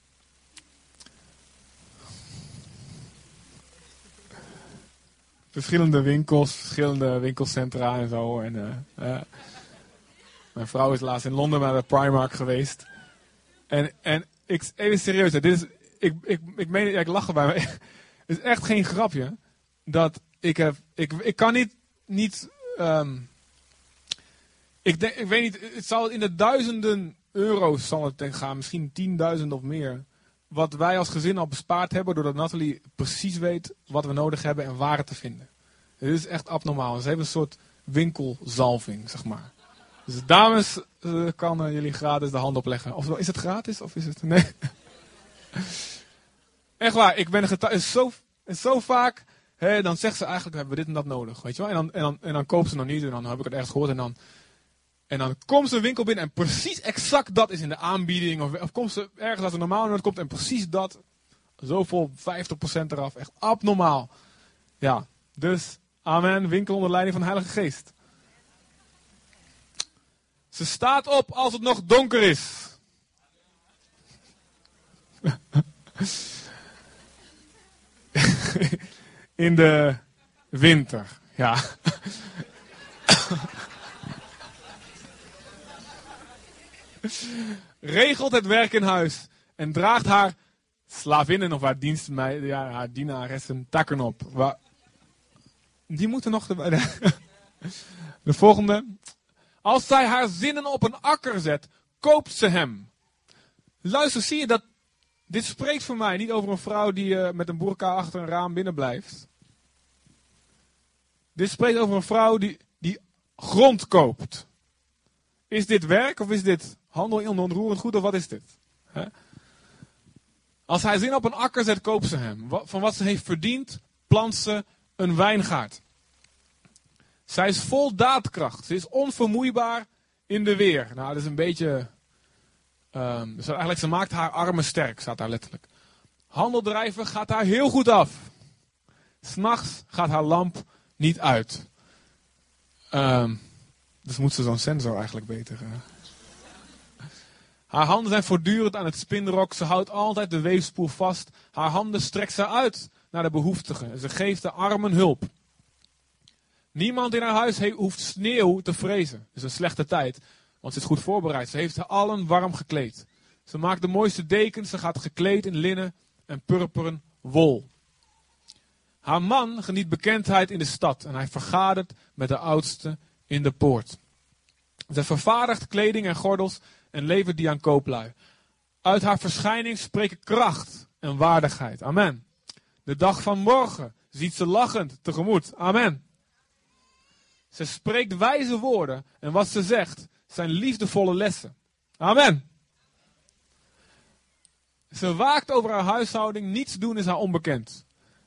Verschillende winkels, verschillende winkelcentra en zo. En, uh, uh, mijn vrouw is laatst in Londen naar de Primark geweest. En, en ik, even serieus, dit is, ik, ik, ik meen, ja, ik lach erbij, maar het is echt geen grapje. Dat ik heb, ik, ik kan niet, niet um, ik, denk, ik weet niet, het zal in de duizenden euro's zal het denk gaan, misschien tienduizend of meer. Wat wij als gezin al bespaard hebben, doordat Nathalie precies weet wat we nodig hebben en waar het te vinden. Het is echt abnormaal. Ze hebben een soort winkelzalving, zeg maar. Dus dames, uh, kan uh, jullie gratis de hand opleggen. Of is het gratis of is het... Nee. Echt waar, ik ben getuige. Zo, zo vaak, hè, dan zegt ze eigenlijk, hebben we dit en dat nodig. Weet je wel? En dan, en dan, en dan koopt ze nog niet en dan heb ik het ergens gehoord en dan... En dan komt ze een winkel binnen en precies exact dat is in de aanbieding. Of, of komt ze ergens als er normaal nodig komt en precies dat. Zoveel, vijftig procent eraf. Echt abnormaal. Ja, dus amen. Winkel onder leiding van de Heilige Geest. Ze staat op als het nog donker is. In de winter. Ja. Regelt het werk in huis en draagt haar slavinnen of haar dienstmeiden, ja, haar dienaressen takken op. Waar... Die moeten nog de... De volgende. Als zij haar zinnen op een akker zet, koopt ze hem. Luister, zie je dat dit spreekt voor mij niet over een vrouw die uh, met een burka achter een raam binnen blijft. Dit spreekt over een vrouw die, die grond koopt. Is dit werk of is dit handel in onroerend goed of wat is dit? He? Als hij zin op een akker zet, koopt ze hem. Van wat ze heeft verdiend, plant ze een wijngaard. Zij is vol daadkracht. Ze is onvermoeibaar in de weer. Nou, dat is een beetje... Um, dus eigenlijk, ze maakt haar armen sterk, staat daar letterlijk. Handeldrijven gaat haar heel goed af. 'S Nachts gaat haar lamp niet uit. Um, dus moet ze zo'n sensor eigenlijk beter... Uh. Haar handen zijn voortdurend aan het spinrok. Ze houdt altijd de weefspoel vast. Haar handen strekt ze uit naar de behoeftigen. Ze geeft de armen hulp. Niemand in haar huis he- hoeft sneeuw te vrezen. Het is een slechte tijd, want ze is goed voorbereid. Ze heeft ze allen warm gekleed. Ze maakt de mooiste dekens. Ze gaat gekleed in linnen en purperen wol. Haar man geniet bekendheid in de stad. En hij vergadert met de oudsten in de poort. Ze vervaardigt kleding en gordels en levert die aan kooplui. Uit haar verschijning spreken kracht en waardigheid. Amen. De dag van morgen ziet ze lachend tegemoet. Amen. Ze spreekt wijze woorden en wat ze zegt zijn liefdevolle lessen. Amen. Ze waakt over haar huishouding. Niets doen is haar onbekend.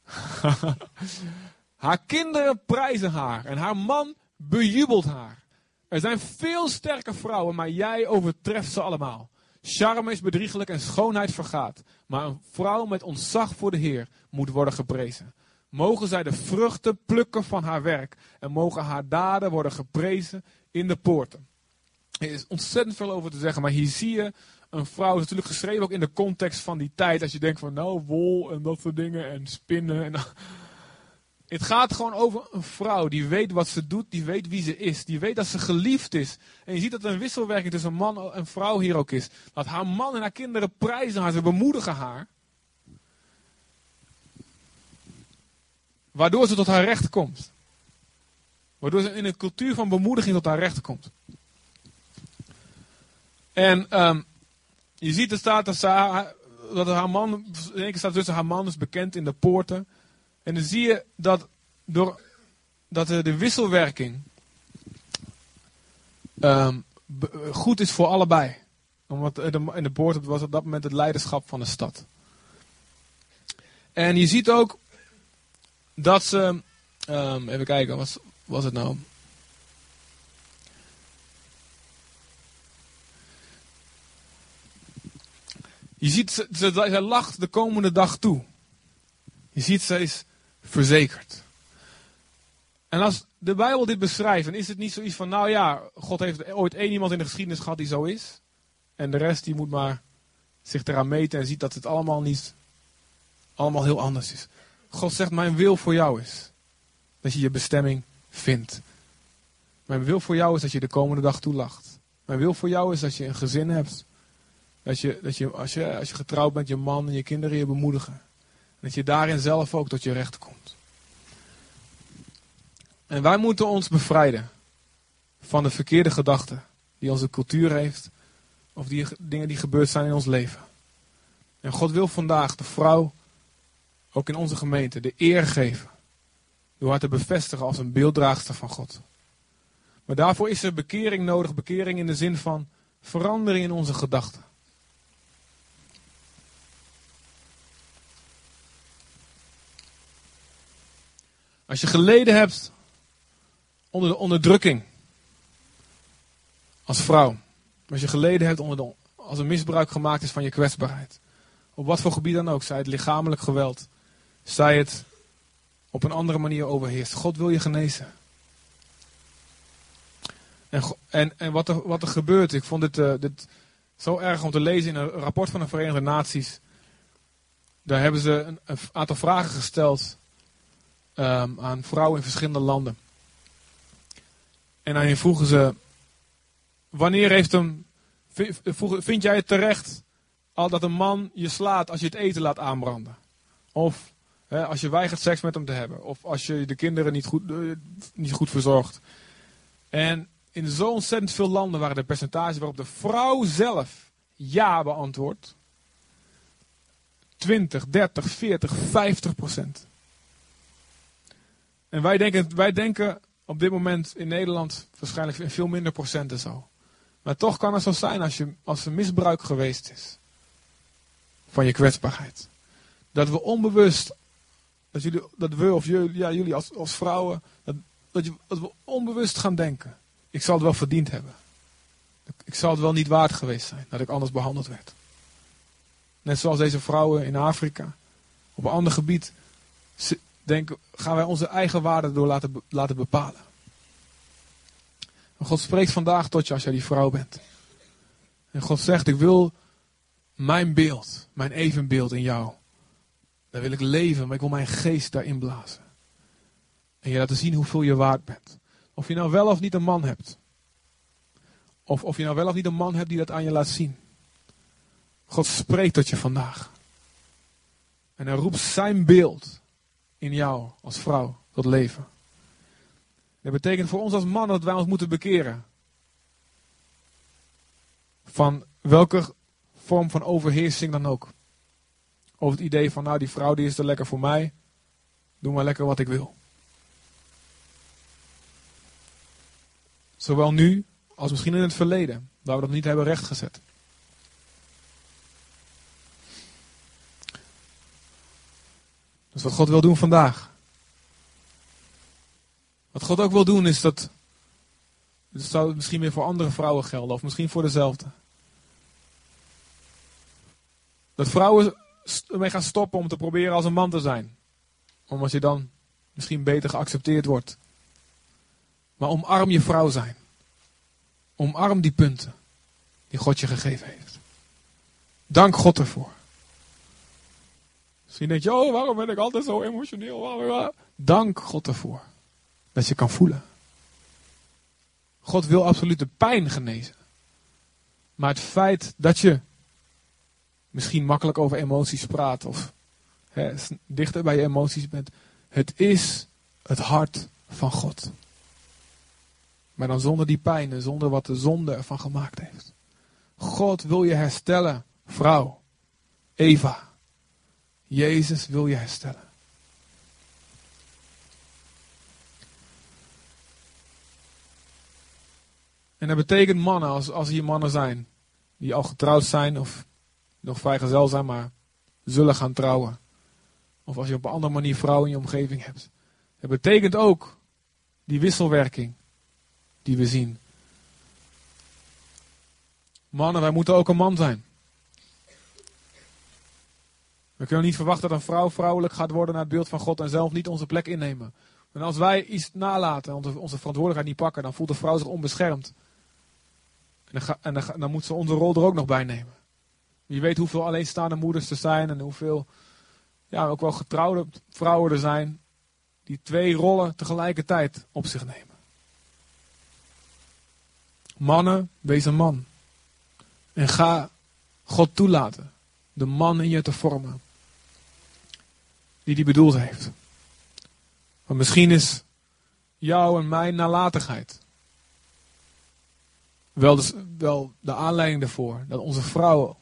Haar kinderen prijzen haar en haar man bejubelt haar. Er zijn veel sterke vrouwen, maar jij overtreft ze allemaal. Charme is bedriegelijk en schoonheid vergaat. Maar een vrouw met ontzag voor de Heer moet worden geprezen. Mogen zij de vruchten plukken van haar werk. En mogen haar daden worden geprezen in de poorten. Er is ontzettend veel over te zeggen, maar hier zie je een vrouw, natuurlijk geschreven ook in de context van die tijd. Als je denkt van nou, wol en dat soort dingen en spinnen. En het gaat gewoon over een vrouw die weet wat ze doet, die weet wie ze is, die weet dat ze geliefd is. En je ziet dat er een wisselwerking tussen man en vrouw hier ook is. Dat haar man en haar kinderen prijzen haar, ze bemoedigen haar. Waardoor ze tot haar recht komt. Waardoor ze in een cultuur van bemoediging tot haar recht komt. En um, je ziet er staat dat, ze haar, dat haar man, in één keer staat tussen haar man is bekend in de poorten. En dan zie je dat, door, dat de wisselwerking um, be, goed is voor allebei. Omdat in de poort was op dat moment het leiderschap van de stad. En je ziet ook dat ze, um, even kijken, wat was het nou? Je ziet, ze, ze, ze lacht de komende dag toe. Je ziet, ze is verzekerd. En als de Bijbel dit beschrijft, dan is het niet zoiets van, nou ja, God heeft ooit één iemand in de geschiedenis gehad die zo is. En de rest die moet maar zich eraan meten en ziet dat het allemaal niet, allemaal heel anders is. God zegt, mijn wil voor jou is dat je je bestemming vindt. Mijn wil voor jou is dat je de komende dag toelacht. Mijn wil voor jou is dat je een gezin hebt. Dat je, dat je, als je, als je getrouwd bent, je man en je kinderen je bemoedigen. En dat je daarin zelf ook tot je recht komt. En wij moeten ons bevrijden van de verkeerde gedachten die onze cultuur heeft. Of die dingen die gebeurd zijn in ons leven. En God wil vandaag de vrouw, ook in onze gemeente, de eer geven. Door haar te bevestigen als een beelddraagster van God. Maar daarvoor is er bekering nodig. Bekering in de zin van verandering in onze gedachten. Als je geleden hebt onder de onderdrukking als vrouw. Als je geleden hebt onder de, als er misbruik gemaakt is van je kwetsbaarheid. Op wat voor gebied dan ook. Zij het lichamelijk geweld. Zij het op een andere manier overheerst. God wil je genezen. En, en, en wat, er, wat er gebeurt. Ik vond dit, uh, dit zo erg om te lezen in een rapport van de Verenigde Naties. Daar hebben ze een, een aantal vragen gesteld. Um, aan vrouwen in verschillende landen. En aan hen vroegen ze, wanneer heeft hem, vind jij het terecht al dat een man je slaat als je het eten laat aanbranden? Of hè, als je weigert seks met hem te hebben? Of als je de kinderen niet goed, uh, niet goed verzorgt? En in zo ontzettend veel landen waren de percentages waarop de vrouw zelf ja beantwoordt, twintig, dertig, veertig, vijftig procent. En wij denken, wij denken op dit moment in Nederland waarschijnlijk in veel minder procenten zo. Maar toch kan het zo zijn als, je, als er misbruik geweest is van je kwetsbaarheid. Dat we onbewust, dat, jullie, dat we of jullie, ja, jullie als, als vrouwen, dat, dat, je, dat we onbewust gaan denken. Ik zal het wel verdiend hebben. Ik zal het wel niet waard geweest zijn dat ik anders behandeld werd. Net zoals deze vrouwen in Afrika. Op een ander gebied denken, gaan wij onze eigen waarde door laten, laten bepalen. Maar God spreekt vandaag tot je als jij die vrouw bent. En God zegt, ik wil mijn beeld, mijn evenbeeld in jou. Daar wil ik leven, maar ik wil mijn geest daarin blazen. En je laten zien hoeveel je waard bent. Of je nou wel of niet een man hebt. Of of je nou wel of niet een man hebt die dat aan je laat zien. God spreekt tot je vandaag. En hij roept zijn beeld in jou als vrouw tot leven. Dat betekent voor ons als mannen dat wij ons moeten bekeren. Van welke vorm van overheersing dan ook. Over het idee van nou die vrouw die is er lekker voor mij. Doe maar lekker wat ik wil. Zowel nu als misschien in het verleden. Waar we dat niet hebben rechtgezet. Dus wat God wil doen vandaag. Wat God ook wil doen is dat. Dat zou misschien meer voor andere vrouwen gelden. Of misschien voor dezelfde. Dat vrouwen ermee gaan stoppen om te proberen als een man te zijn. Omdat je dan misschien beter geaccepteerd wordt. Maar omarm je vrouw zijn. Omarm die punten die God je gegeven heeft. Dank God ervoor. Misschien denk je, oh waarom ben ik altijd zo emotioneel? Dank God ervoor. Dat je kan voelen. God wil absoluut de pijn genezen. Maar het feit dat je misschien makkelijk over emoties praat. Of hè, dichter bij je emoties bent. Het is het hart van God. Maar dan zonder die pijn en zonder wat de zonde ervan gemaakt heeft. God wil je herstellen, vrouw. Eva. Jezus wil je herstellen. En dat betekent mannen, als, als hier mannen zijn. Die al getrouwd zijn of nog vrijgezel zijn, maar zullen gaan trouwen. Of als je op een andere manier vrouwen in je omgeving hebt. Het betekent ook die wisselwerking die we zien. Mannen, wij moeten ook een man zijn. We kunnen niet verwachten dat een vrouw vrouwelijk gaat worden naar het beeld van God en zelf niet onze plek innemen. En als wij iets nalaten en onze, onze verantwoordelijkheid niet pakken, dan voelt de vrouw zich onbeschermd. En, dan, ga, en dan, dan moet ze onze rol er ook nog bij nemen. Wie weet hoeveel alleenstaande moeders er zijn en hoeveel ja, ook wel getrouwde vrouwen er zijn die twee rollen tegelijkertijd op zich nemen. Mannen, wees een man. En ga God toelaten de man in je te vormen die die bedoeld heeft. Want misschien is jou en mijn nalatigheid wel de, wel de aanleiding ervoor dat onze vrouw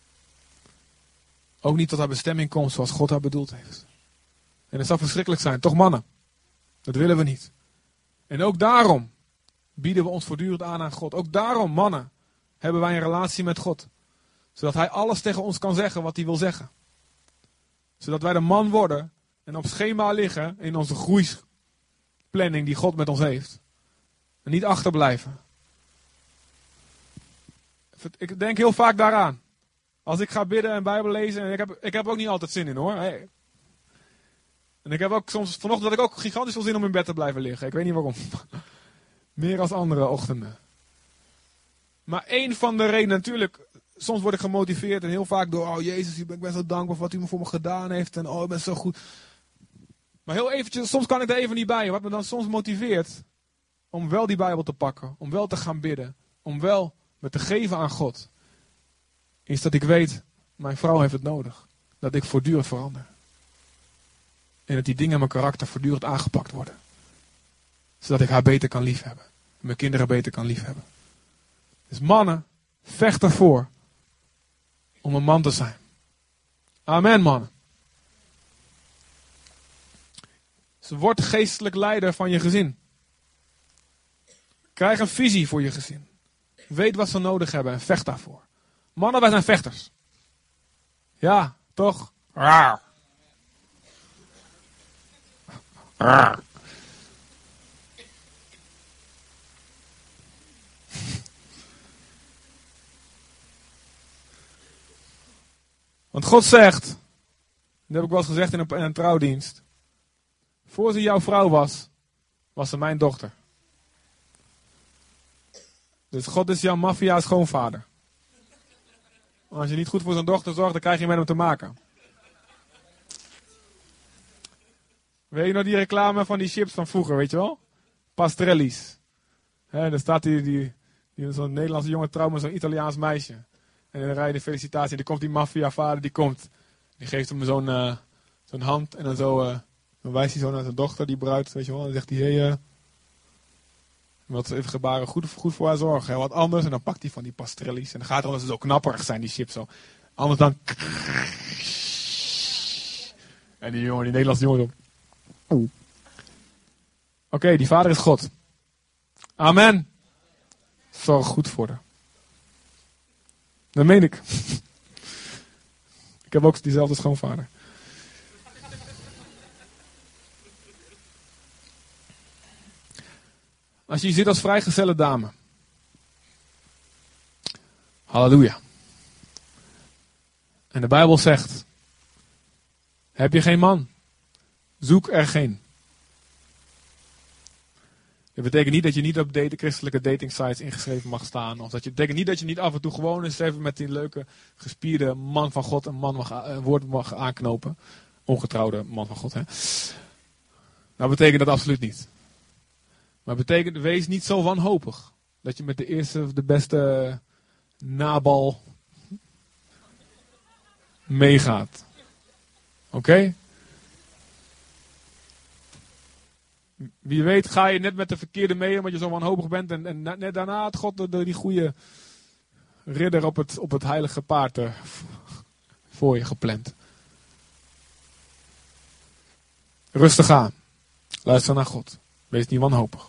ook niet tot haar bestemming komt zoals God haar bedoeld heeft. En het zou verschrikkelijk zijn, toch mannen? Dat willen we niet. En ook daarom bieden we ons voortdurend aan aan God. Ook daarom, mannen, hebben wij een relatie met God. Zodat hij alles tegen ons kan zeggen wat hij wil zeggen. Zodat wij de man worden en op schema liggen in onze groeisplanning die God met ons heeft. En niet achterblijven. Ik denk heel vaak daaraan. Als ik ga bidden en Bijbel lezen, en ik heb, ik heb ook niet altijd zin in hoor. Hey. En ik heb ook soms, vanochtend had ik ook gigantisch veel zin om in bed te blijven liggen. Ik weet niet waarom. Meer als andere ochtenden. Maar één van de redenen, natuurlijk, soms word ik gemotiveerd en heel vaak door, oh Jezus, ik ben zo dankbaar voor wat u me voor me gedaan heeft. En oh, ik ben zo goed. Maar heel eventjes, soms kan ik er even niet bij. Wat me dan soms motiveert om wel die Bijbel te pakken. Om wel te gaan bidden. Om wel me te geven aan God. Is dat ik weet, mijn vrouw heeft het nodig. Dat ik voortdurend verander. En dat die dingen in mijn karakter voortdurend aangepakt worden. Zodat ik haar beter kan liefhebben. En mijn kinderen beter kan liefhebben. Dus mannen, vecht ervoor om een man te zijn. Amen, man. Dus word geestelijk leider van je gezin. Krijg een visie voor je gezin. Weet wat ze nodig hebben en vecht daarvoor. Mannen, wij zijn vechters. Ja, toch? Raar. Raar. Want God zegt, dat heb ik wel eens gezegd in een, in een trouwdienst. Voor ze jouw vrouw was, was ze mijn dochter. Dus God is jouw maffia schoonvader. Als je niet goed voor zijn dochter zorgt, dan krijg je met hem te maken. Weet je nog die reclame van die chips van vroeger, weet je wel? Pastrelli's. En dan staat die, die, die zo'n Nederlandse jongen trouwt met zo'n Italiaans meisje. En dan rijdt de felicitatie en dan komt die maffiavader, die komt. Die geeft hem zo'n uh, zo'n hand en dan zo, uh, dan wijst hij zo naar zijn dochter, die bruid, weet je wel. En dan zegt hij, hé, hey, uh, wat even gebaren, goed, goed voor haar zorgen. Hè, wat anders. En dan pakt hij van die pastrelli's. En dan gaat het omdat ze zo knapperig zijn, die chips zo. Anders dan... En die jongen, die Nederlandse jongen zo... Oké, okay, die vader is God. Amen. Zorg goed voor haar. Dat meen ik. Ik heb ook diezelfde schoonvader. Als je hier zit als vrijgezelle dame. Halleluja. En de Bijbel zegt. Heb je geen man? Zoek er geen. Dat betekent niet dat je niet op date, christelijke dating sites ingeschreven mag staan. Of dat je, betekent niet dat je niet af en toe gewoon eens even met die leuke gespierde man van God een, man mag, een woord mag aanknopen. Ongetrouwde man van God. Hè? Nou betekent dat absoluut niet. Maar het betekent, wees niet zo wanhopig. Dat je met de eerste of de beste nabal meegaat. Oké? Okay? Wie weet ga je net met de verkeerde mee, omdat je zo wanhopig bent. En, en net daarna had God de, de, die goede ridder op het, op het heilige paard uh, voor je gepland. Rustig aan. Luister naar God. Wees niet wanhopig.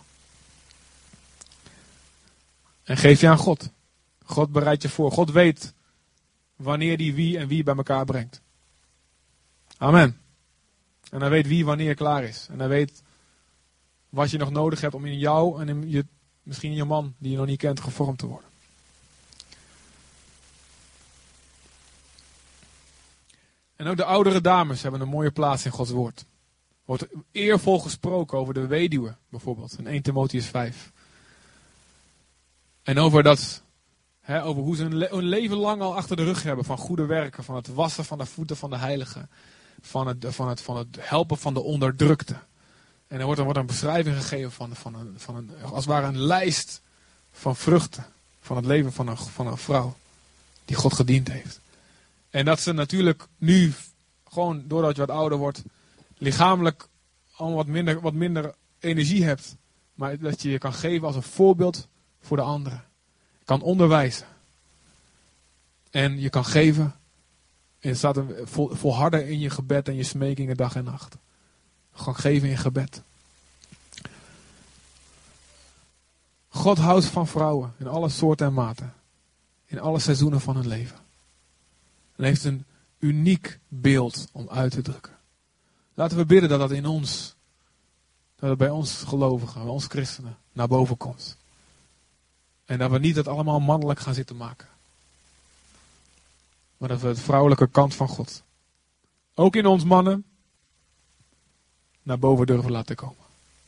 En geef je aan God. God bereidt je voor. God weet wanneer die wie en wie bij elkaar brengt. Amen. En hij weet wie wanneer klaar is. En hij weet wat je nog nodig hebt om in jou en in je, misschien in je man die je nog niet kent gevormd te worden. En ook de oudere dames hebben een mooie plaats in Gods woord. Er wordt eervol gesproken over de weduwe bijvoorbeeld. In Eerste Timotheüs vijf. En over, dat, hè, over hoe ze een, le- een leven lang al achter de rug hebben van goede werken. Van het wassen van de voeten van de heiligen. Van het, van het, van het helpen van de onderdrukte. En er wordt, er wordt een beschrijving gegeven van, van, een, van een, als het ware een lijst van vruchten. Van het leven van een, van een vrouw die God gediend heeft. En dat ze natuurlijk nu, gewoon doordat je wat ouder wordt, lichamelijk al wat minder, wat minder energie hebt. Maar dat je je kan geven als een voorbeeld voor de anderen. Je kan onderwijzen. En je kan geven. En het staat een, vol, volharden in je gebed en je smekingen dag en nacht. Gewoon geven in gebed. God houdt van vrouwen in alle soorten en maten. In alle seizoenen van hun leven. En heeft een uniek beeld om uit te drukken. Laten we bidden dat dat in ons, dat het bij ons gelovigen, bij ons christenen, naar boven komt. En dat we niet het allemaal mannelijk gaan zitten maken. Maar dat we het vrouwelijke kant van God, ook in ons mannen, naar boven durven laten komen.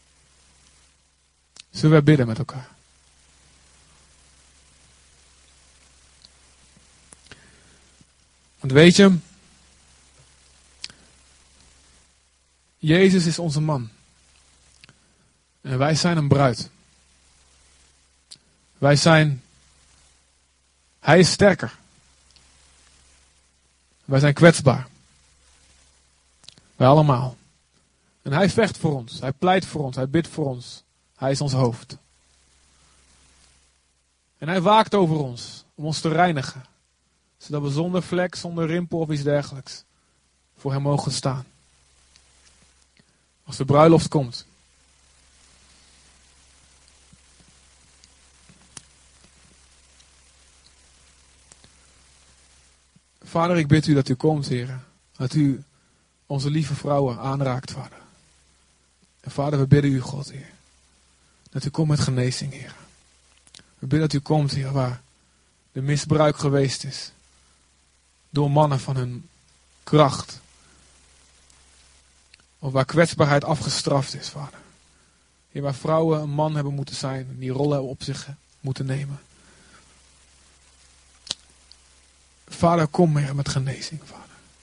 Zullen wij bidden met elkaar? Want weet je, Jezus is onze man. En wij zijn een bruid. Wij zijn, hij is sterker. Wij zijn kwetsbaar. Wij allemaal. En hij vecht voor ons. Hij pleit voor ons. Hij bidt voor ons. Hij is ons hoofd. En hij waakt over ons. Om ons te reinigen. Zodat we zonder vlek, zonder rimpel of iets dergelijks voor hem mogen staan. Als de bruiloft komt. Vader, ik bid u dat u komt, Heer. Dat u onze lieve vrouwen aanraakt, Vader. En Vader, we bidden u, God, Heer. Dat u komt met genezing, Heer. We bidden dat u komt, Heer, waar de misbruik geweest is. Door mannen van hun kracht. Of waar kwetsbaarheid afgestraft is, Vader. Heer, waar vrouwen een man hebben moeten zijn. En die rollen op zich moeten nemen. Vader, kom, Heer, met genezing, Vader.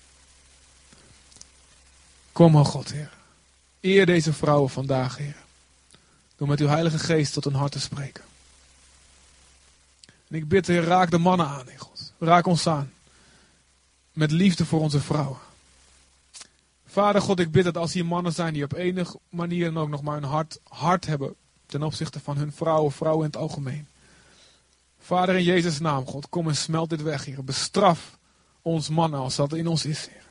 Kom, o God, Heer. Eer deze vrouwen vandaag, Heer. Door met uw Heilige Geest tot hun hart te spreken. En ik bid, Heer, raak de mannen aan, Heer God. Raak ons aan. Met liefde voor onze vrouwen. Vader God, ik bid dat als hier mannen zijn die op enige manier dan ook nog maar een hart, hart hebben. Ten opzichte van hun vrouwen, vrouwen in het algemeen. Vader, in Jezus' naam, God, kom en smelt dit weg, Heer. Bestraf ons mannen als dat in ons is, Heer.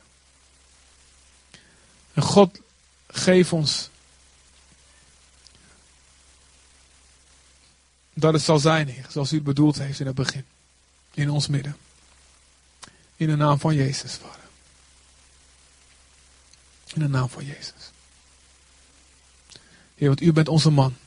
En God, geef ons dat het zal zijn, Heer, zoals u het bedoeld heeft in het begin. In ons midden. In de naam van Jezus, Vader. In de naam van Jezus. Heer, want u bent onze man.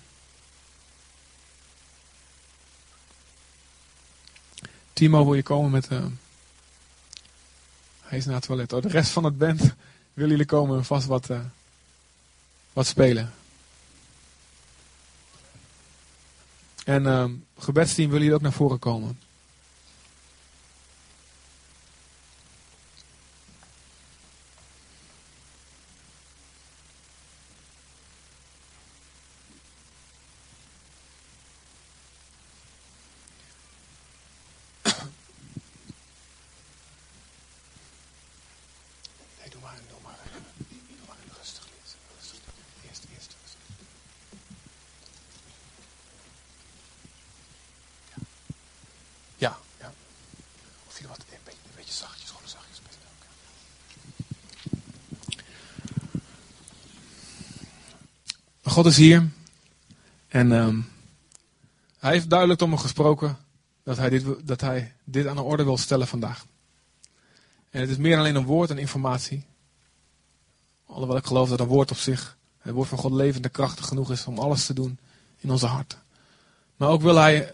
Timo, wil je komen met... Uh, hij is naar het toilet. Oh, de rest van het band willen jullie komen en vast wat, uh, wat spelen. En uh, gebedsteam, willen jullie ook naar voren komen? God is hier. En um, hij heeft duidelijk tot me gesproken dat hij, dit, dat hij dit aan de orde wil stellen vandaag. En het is meer dan alleen een woord en informatie. Alhoewel ik geloof dat een woord op zich, het woord van God levend en krachtig genoeg is om alles te doen in onze hart. Maar ook wil hij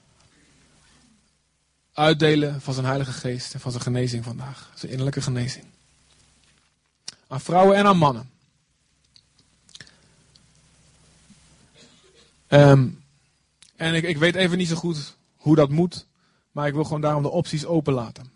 uitdelen van zijn Heilige Geest en van zijn genezing vandaag. Zijn innerlijke genezing. Aan vrouwen en aan mannen. Um, en ik, ik weet even niet zo goed hoe dat moet. Maar ik wil gewoon daarom de opties openlaten.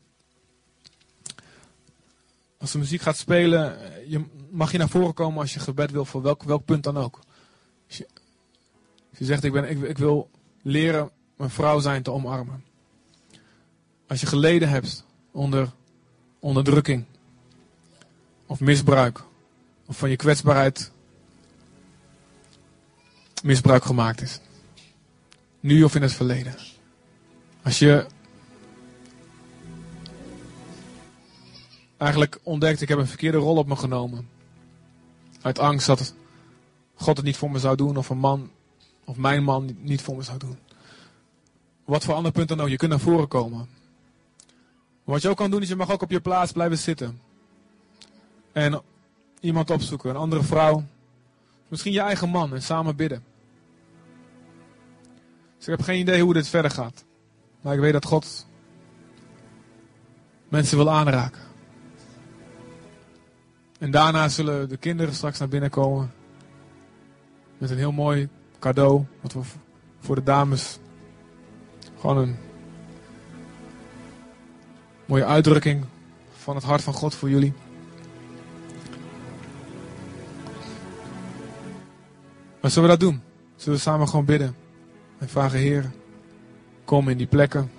Als de muziek gaat spelen, je, mag je naar voren komen als je gebed wil voor welk, welk punt dan ook. Als je, als je zegt, ik, ben, ik, ik wil leren mijn vrouw zijn te omarmen. Als je geleden hebt onder onderdrukking. Of misbruik. Of van je kwetsbaarheid misbruik gemaakt is. Nu of in het verleden. Als je eigenlijk ontdekt, ik heb een verkeerde rol op me genomen. Uit angst dat God het niet voor me zou doen. Of een man, of mijn man niet voor me zou doen. Wat voor ander punt dan ook. Je kunt naar voren komen. Wat je ook kan doen is, je mag ook op je plaats blijven zitten. En iemand opzoeken. Een andere vrouw. Misschien je eigen man. En samen bidden. Dus ik heb geen idee hoe dit verder gaat. Maar ik weet dat God mensen wil aanraken. En daarna zullen de kinderen straks naar binnen komen. Met een heel mooi cadeau. Wat we voor de dames gewoon een mooie uitdrukking van het hart van God voor jullie. Maar zullen we dat doen? Zullen we samen gewoon bidden? En vragen, Heer, kom in die plekken.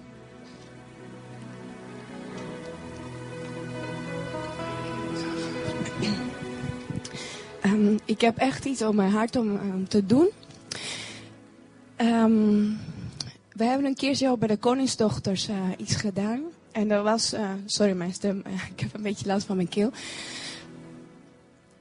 Um, ik heb echt iets op mijn hart om um, te doen. Um, we hebben een keer zo bij de Koningsdochters uh, iets gedaan. En dat was, uh, sorry mijn stem, uh, ik heb een beetje last van mijn keel.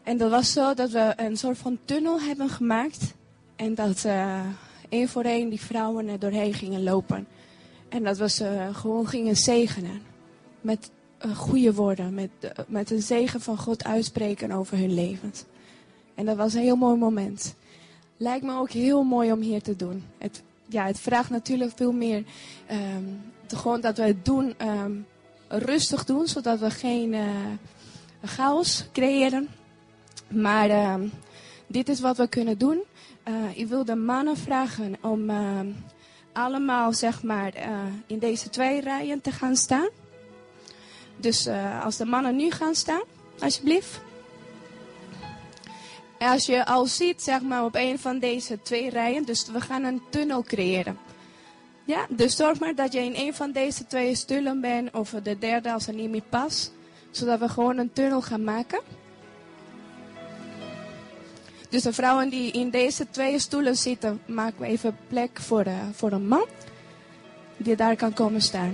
En dat was zo dat we een soort van tunnel hebben gemaakt. En dat uh, één voor één die vrouwen er doorheen gingen lopen. En dat we ze gewoon gingen zegenen. Met uh, goede woorden. Met, uh, met een zegen van God uitspreken over hun levens. En dat was een heel mooi moment. Lijkt me ook heel mooi om hier te doen. Het, ja, het vraagt natuurlijk veel meer. Um, te, gewoon dat we het doen, um, rustig doen. Zodat we geen uh, chaos creëren. Maar uh, dit is wat we kunnen doen. Uh, ik wil de mannen vragen om uh, allemaal zeg maar, uh, in deze twee rijen te gaan staan. Dus uh, als de mannen nu gaan staan, alsjeblieft. En als je al ziet zeg maar, op een van deze twee rijen, dus we gaan een tunnel creëren. Ja, dus zorg maar dat je in een van deze twee stoelen bent of de derde als er niet meer past. Zodat we gewoon een tunnel gaan maken. Dus de vrouwen die in deze twee stoelen zitten, maken we even plek voor, uh, voor een man die daar kan komen staan.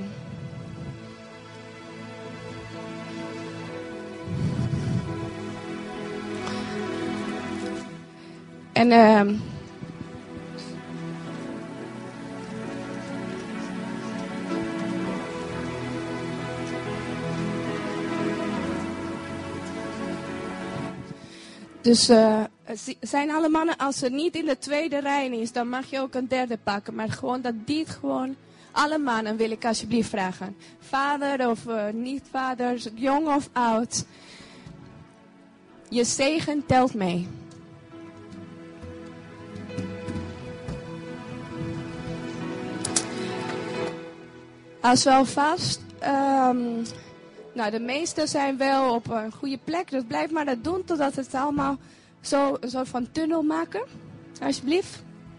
En uh, dus uh, zijn alle mannen, als het niet in de tweede rij is, dan mag je ook een derde pakken. Maar gewoon dat die gewoon, alle mannen wil ik alsjeblieft vragen. Vader of uh, niet-vader, jong of oud. Je zegen telt mee. Als we alvast, um, nou de meesten zijn wel op een goede plek, dus blijf maar dat doen totdat het allemaal zo een soort van tunnel maken, alsjeblieft.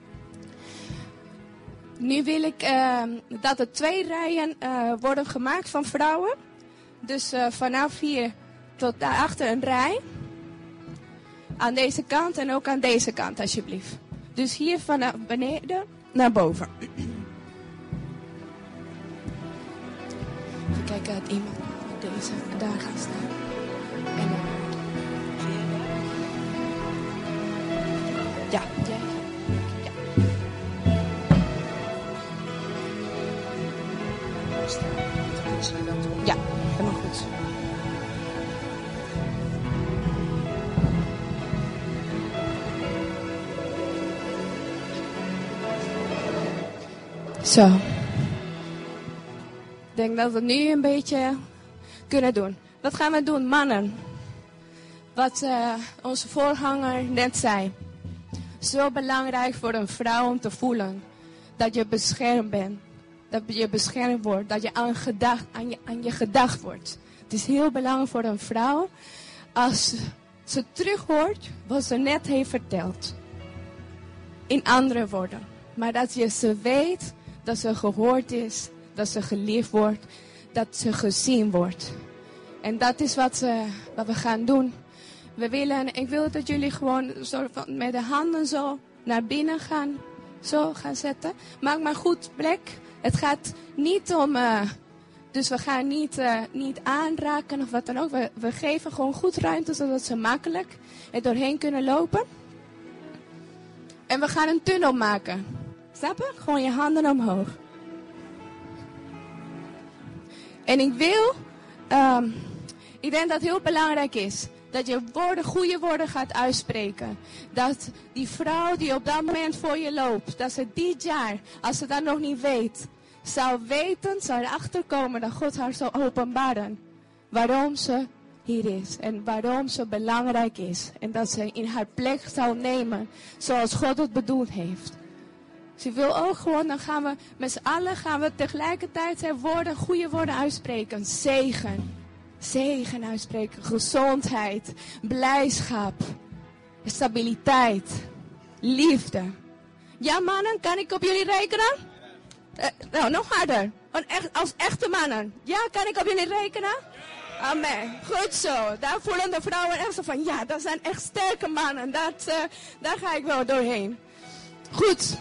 Nu wil ik uh, dat er twee rijen uh, worden gemaakt van vrouwen. Dus uh, vanaf hier tot daarachter een rij. Aan deze kant en ook aan deze kant, alsjeblieft. Dus hier vanaf beneden naar boven. Even kijken dat iemand deze daar gaat staan. En dan... Ja, ja, ja. Ja, helemaal goed. Zo. Ik denk dat we het nu een beetje kunnen doen. Wat gaan we doen, mannen? Wat uh, onze voorganger net zei. Zo belangrijk voor een vrouw om te voelen dat je beschermd bent. Dat je beschermd wordt. Dat je aan, gedacht, aan, je, aan je gedacht wordt. Het is heel belangrijk voor een vrouw als ze terug hoort wat ze net heeft verteld. In andere woorden. Maar dat je ze weet dat ze gehoord is. Dat ze geliefd wordt. Dat ze gezien wordt. En dat is wat, uh, wat we gaan doen. We willen, ik wil dat jullie gewoon zo van met de handen zo naar binnen gaan. Zo gaan zetten. Maak maar goed plek. Het gaat niet om... Uh, dus we gaan niet, uh, niet aanraken of wat dan ook. We, we geven gewoon goed ruimte zodat ze makkelijk er doorheen kunnen lopen. En we gaan een tunnel maken. Snap je? Gewoon je handen omhoog. En ik wil... Um, ik denk dat het heel belangrijk is... dat je woorden, goede woorden gaat uitspreken. Dat die vrouw die op dat moment voor je loopt... dat ze dit jaar, als ze dat nog niet weet... zou weten, zou erachter komen dat God haar zou openbaren. Waarom ze hier is. En waarom ze belangrijk is. En dat ze in haar plek zou nemen. Zoals God het bedoeld heeft. Ze wil ook gewoon, dan gaan we met z'n allen gaan we tegelijkertijd zijn woorden, goede woorden uitspreken. Zegen. Zegen uitspreken. Gezondheid. Blijdschap. Stabiliteit. Liefde. Ja mannen, kan ik op jullie rekenen? Uh, nou, nog harder. Echt, als echte mannen. Ja, kan ik op jullie rekenen? Amen. Goed zo. Daar voelen de vrouwen echt zo van, ja, dat zijn echt sterke mannen. Dat, uh, daar ga ik wel doorheen. Goed.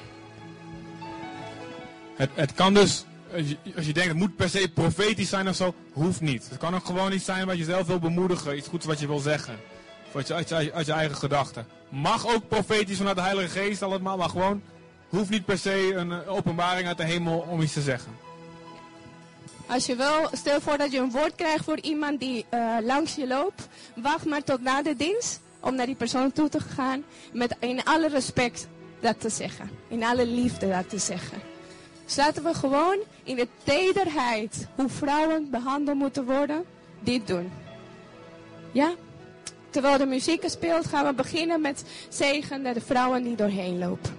Het, het kan dus, als je, als je denkt het moet per se profetisch zijn of zo, hoeft niet. Het kan ook gewoon iets zijn wat je zelf wil bemoedigen, iets goeds wat je wil zeggen. Of uit je, uit, je, uit je eigen gedachten. Mag ook profetisch vanuit de Heilige Geest allemaal, maar gewoon hoeft niet per se een openbaring uit de hemel om iets te zeggen. Als je wil, stel voor dat je een woord krijgt voor iemand die uh, langs je loopt. Wacht maar tot na de dienst om naar die persoon toe te gaan. Met in alle respect dat te zeggen. In alle liefde dat te zeggen. Zodat we gewoon in de tederheid hoe vrouwen behandeld moeten worden, dit doen. Ja? Terwijl de muziek speelt gaan we beginnen met zegenen de vrouwen die doorheen lopen.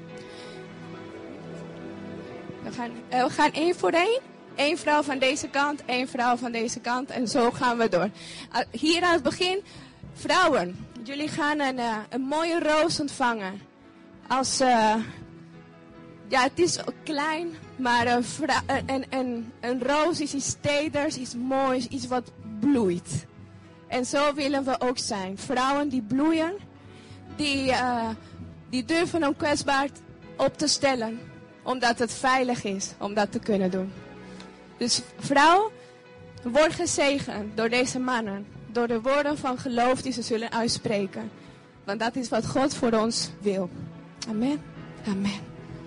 We gaan, uh, we gaan één voor één. Eén vrouw van deze kant, één vrouw van deze kant. En zo gaan we door. Uh, hier aan het begin, vrouwen. Jullie gaan een, uh, een mooie roos ontvangen. Als, uh, ja, het is klein, maar een, vrou- een, een, een roos is iets teders, iets moois, iets wat bloeit. En zo willen we ook zijn. Vrouwen die bloeien, die, uh, die durven om kwetsbaar op te stellen. Omdat het veilig is om dat te kunnen doen. Dus vrouw, word gezegend door deze mannen. Door de woorden van geloof die ze zullen uitspreken. Want dat is wat God voor ons wil. Amen. Amen.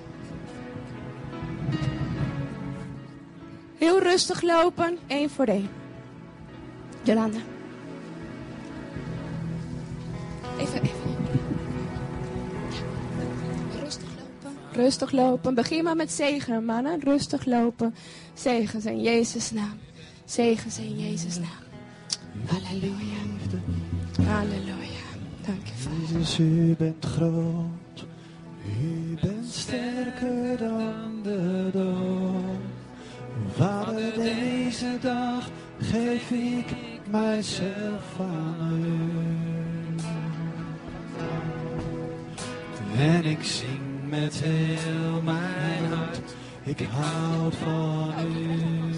Heel rustig lopen, één voor één. Jolanda. Even, even. Ja. Rustig lopen. Rustig lopen. Begin maar met zegen, mannen. Rustig lopen. Zegen in Jezus' naam. Zegen in Jezus' naam. Halleluja. Halleluja. Dank je, Vader. Jezus, u bent groot. U bent sterker dan de dood. Vader, deze dag geef ik mijzelf aan u. En ik zing met heel mijn hart, ik houd van u.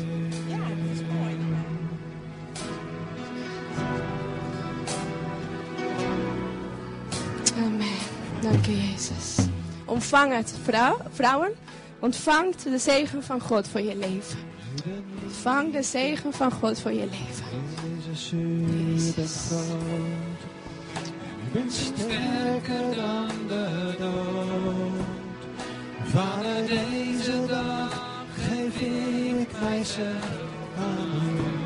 Amen. Dank u, Jezus. Ontvang het, vrouw, vrouwen. Ontvang de zegen van God voor je leven. Ontvang de zegen van God voor je leven. Jezus, u bent groot. U bent sterker dan de dood. Vader, deze dag geef ik mijzelf aan u.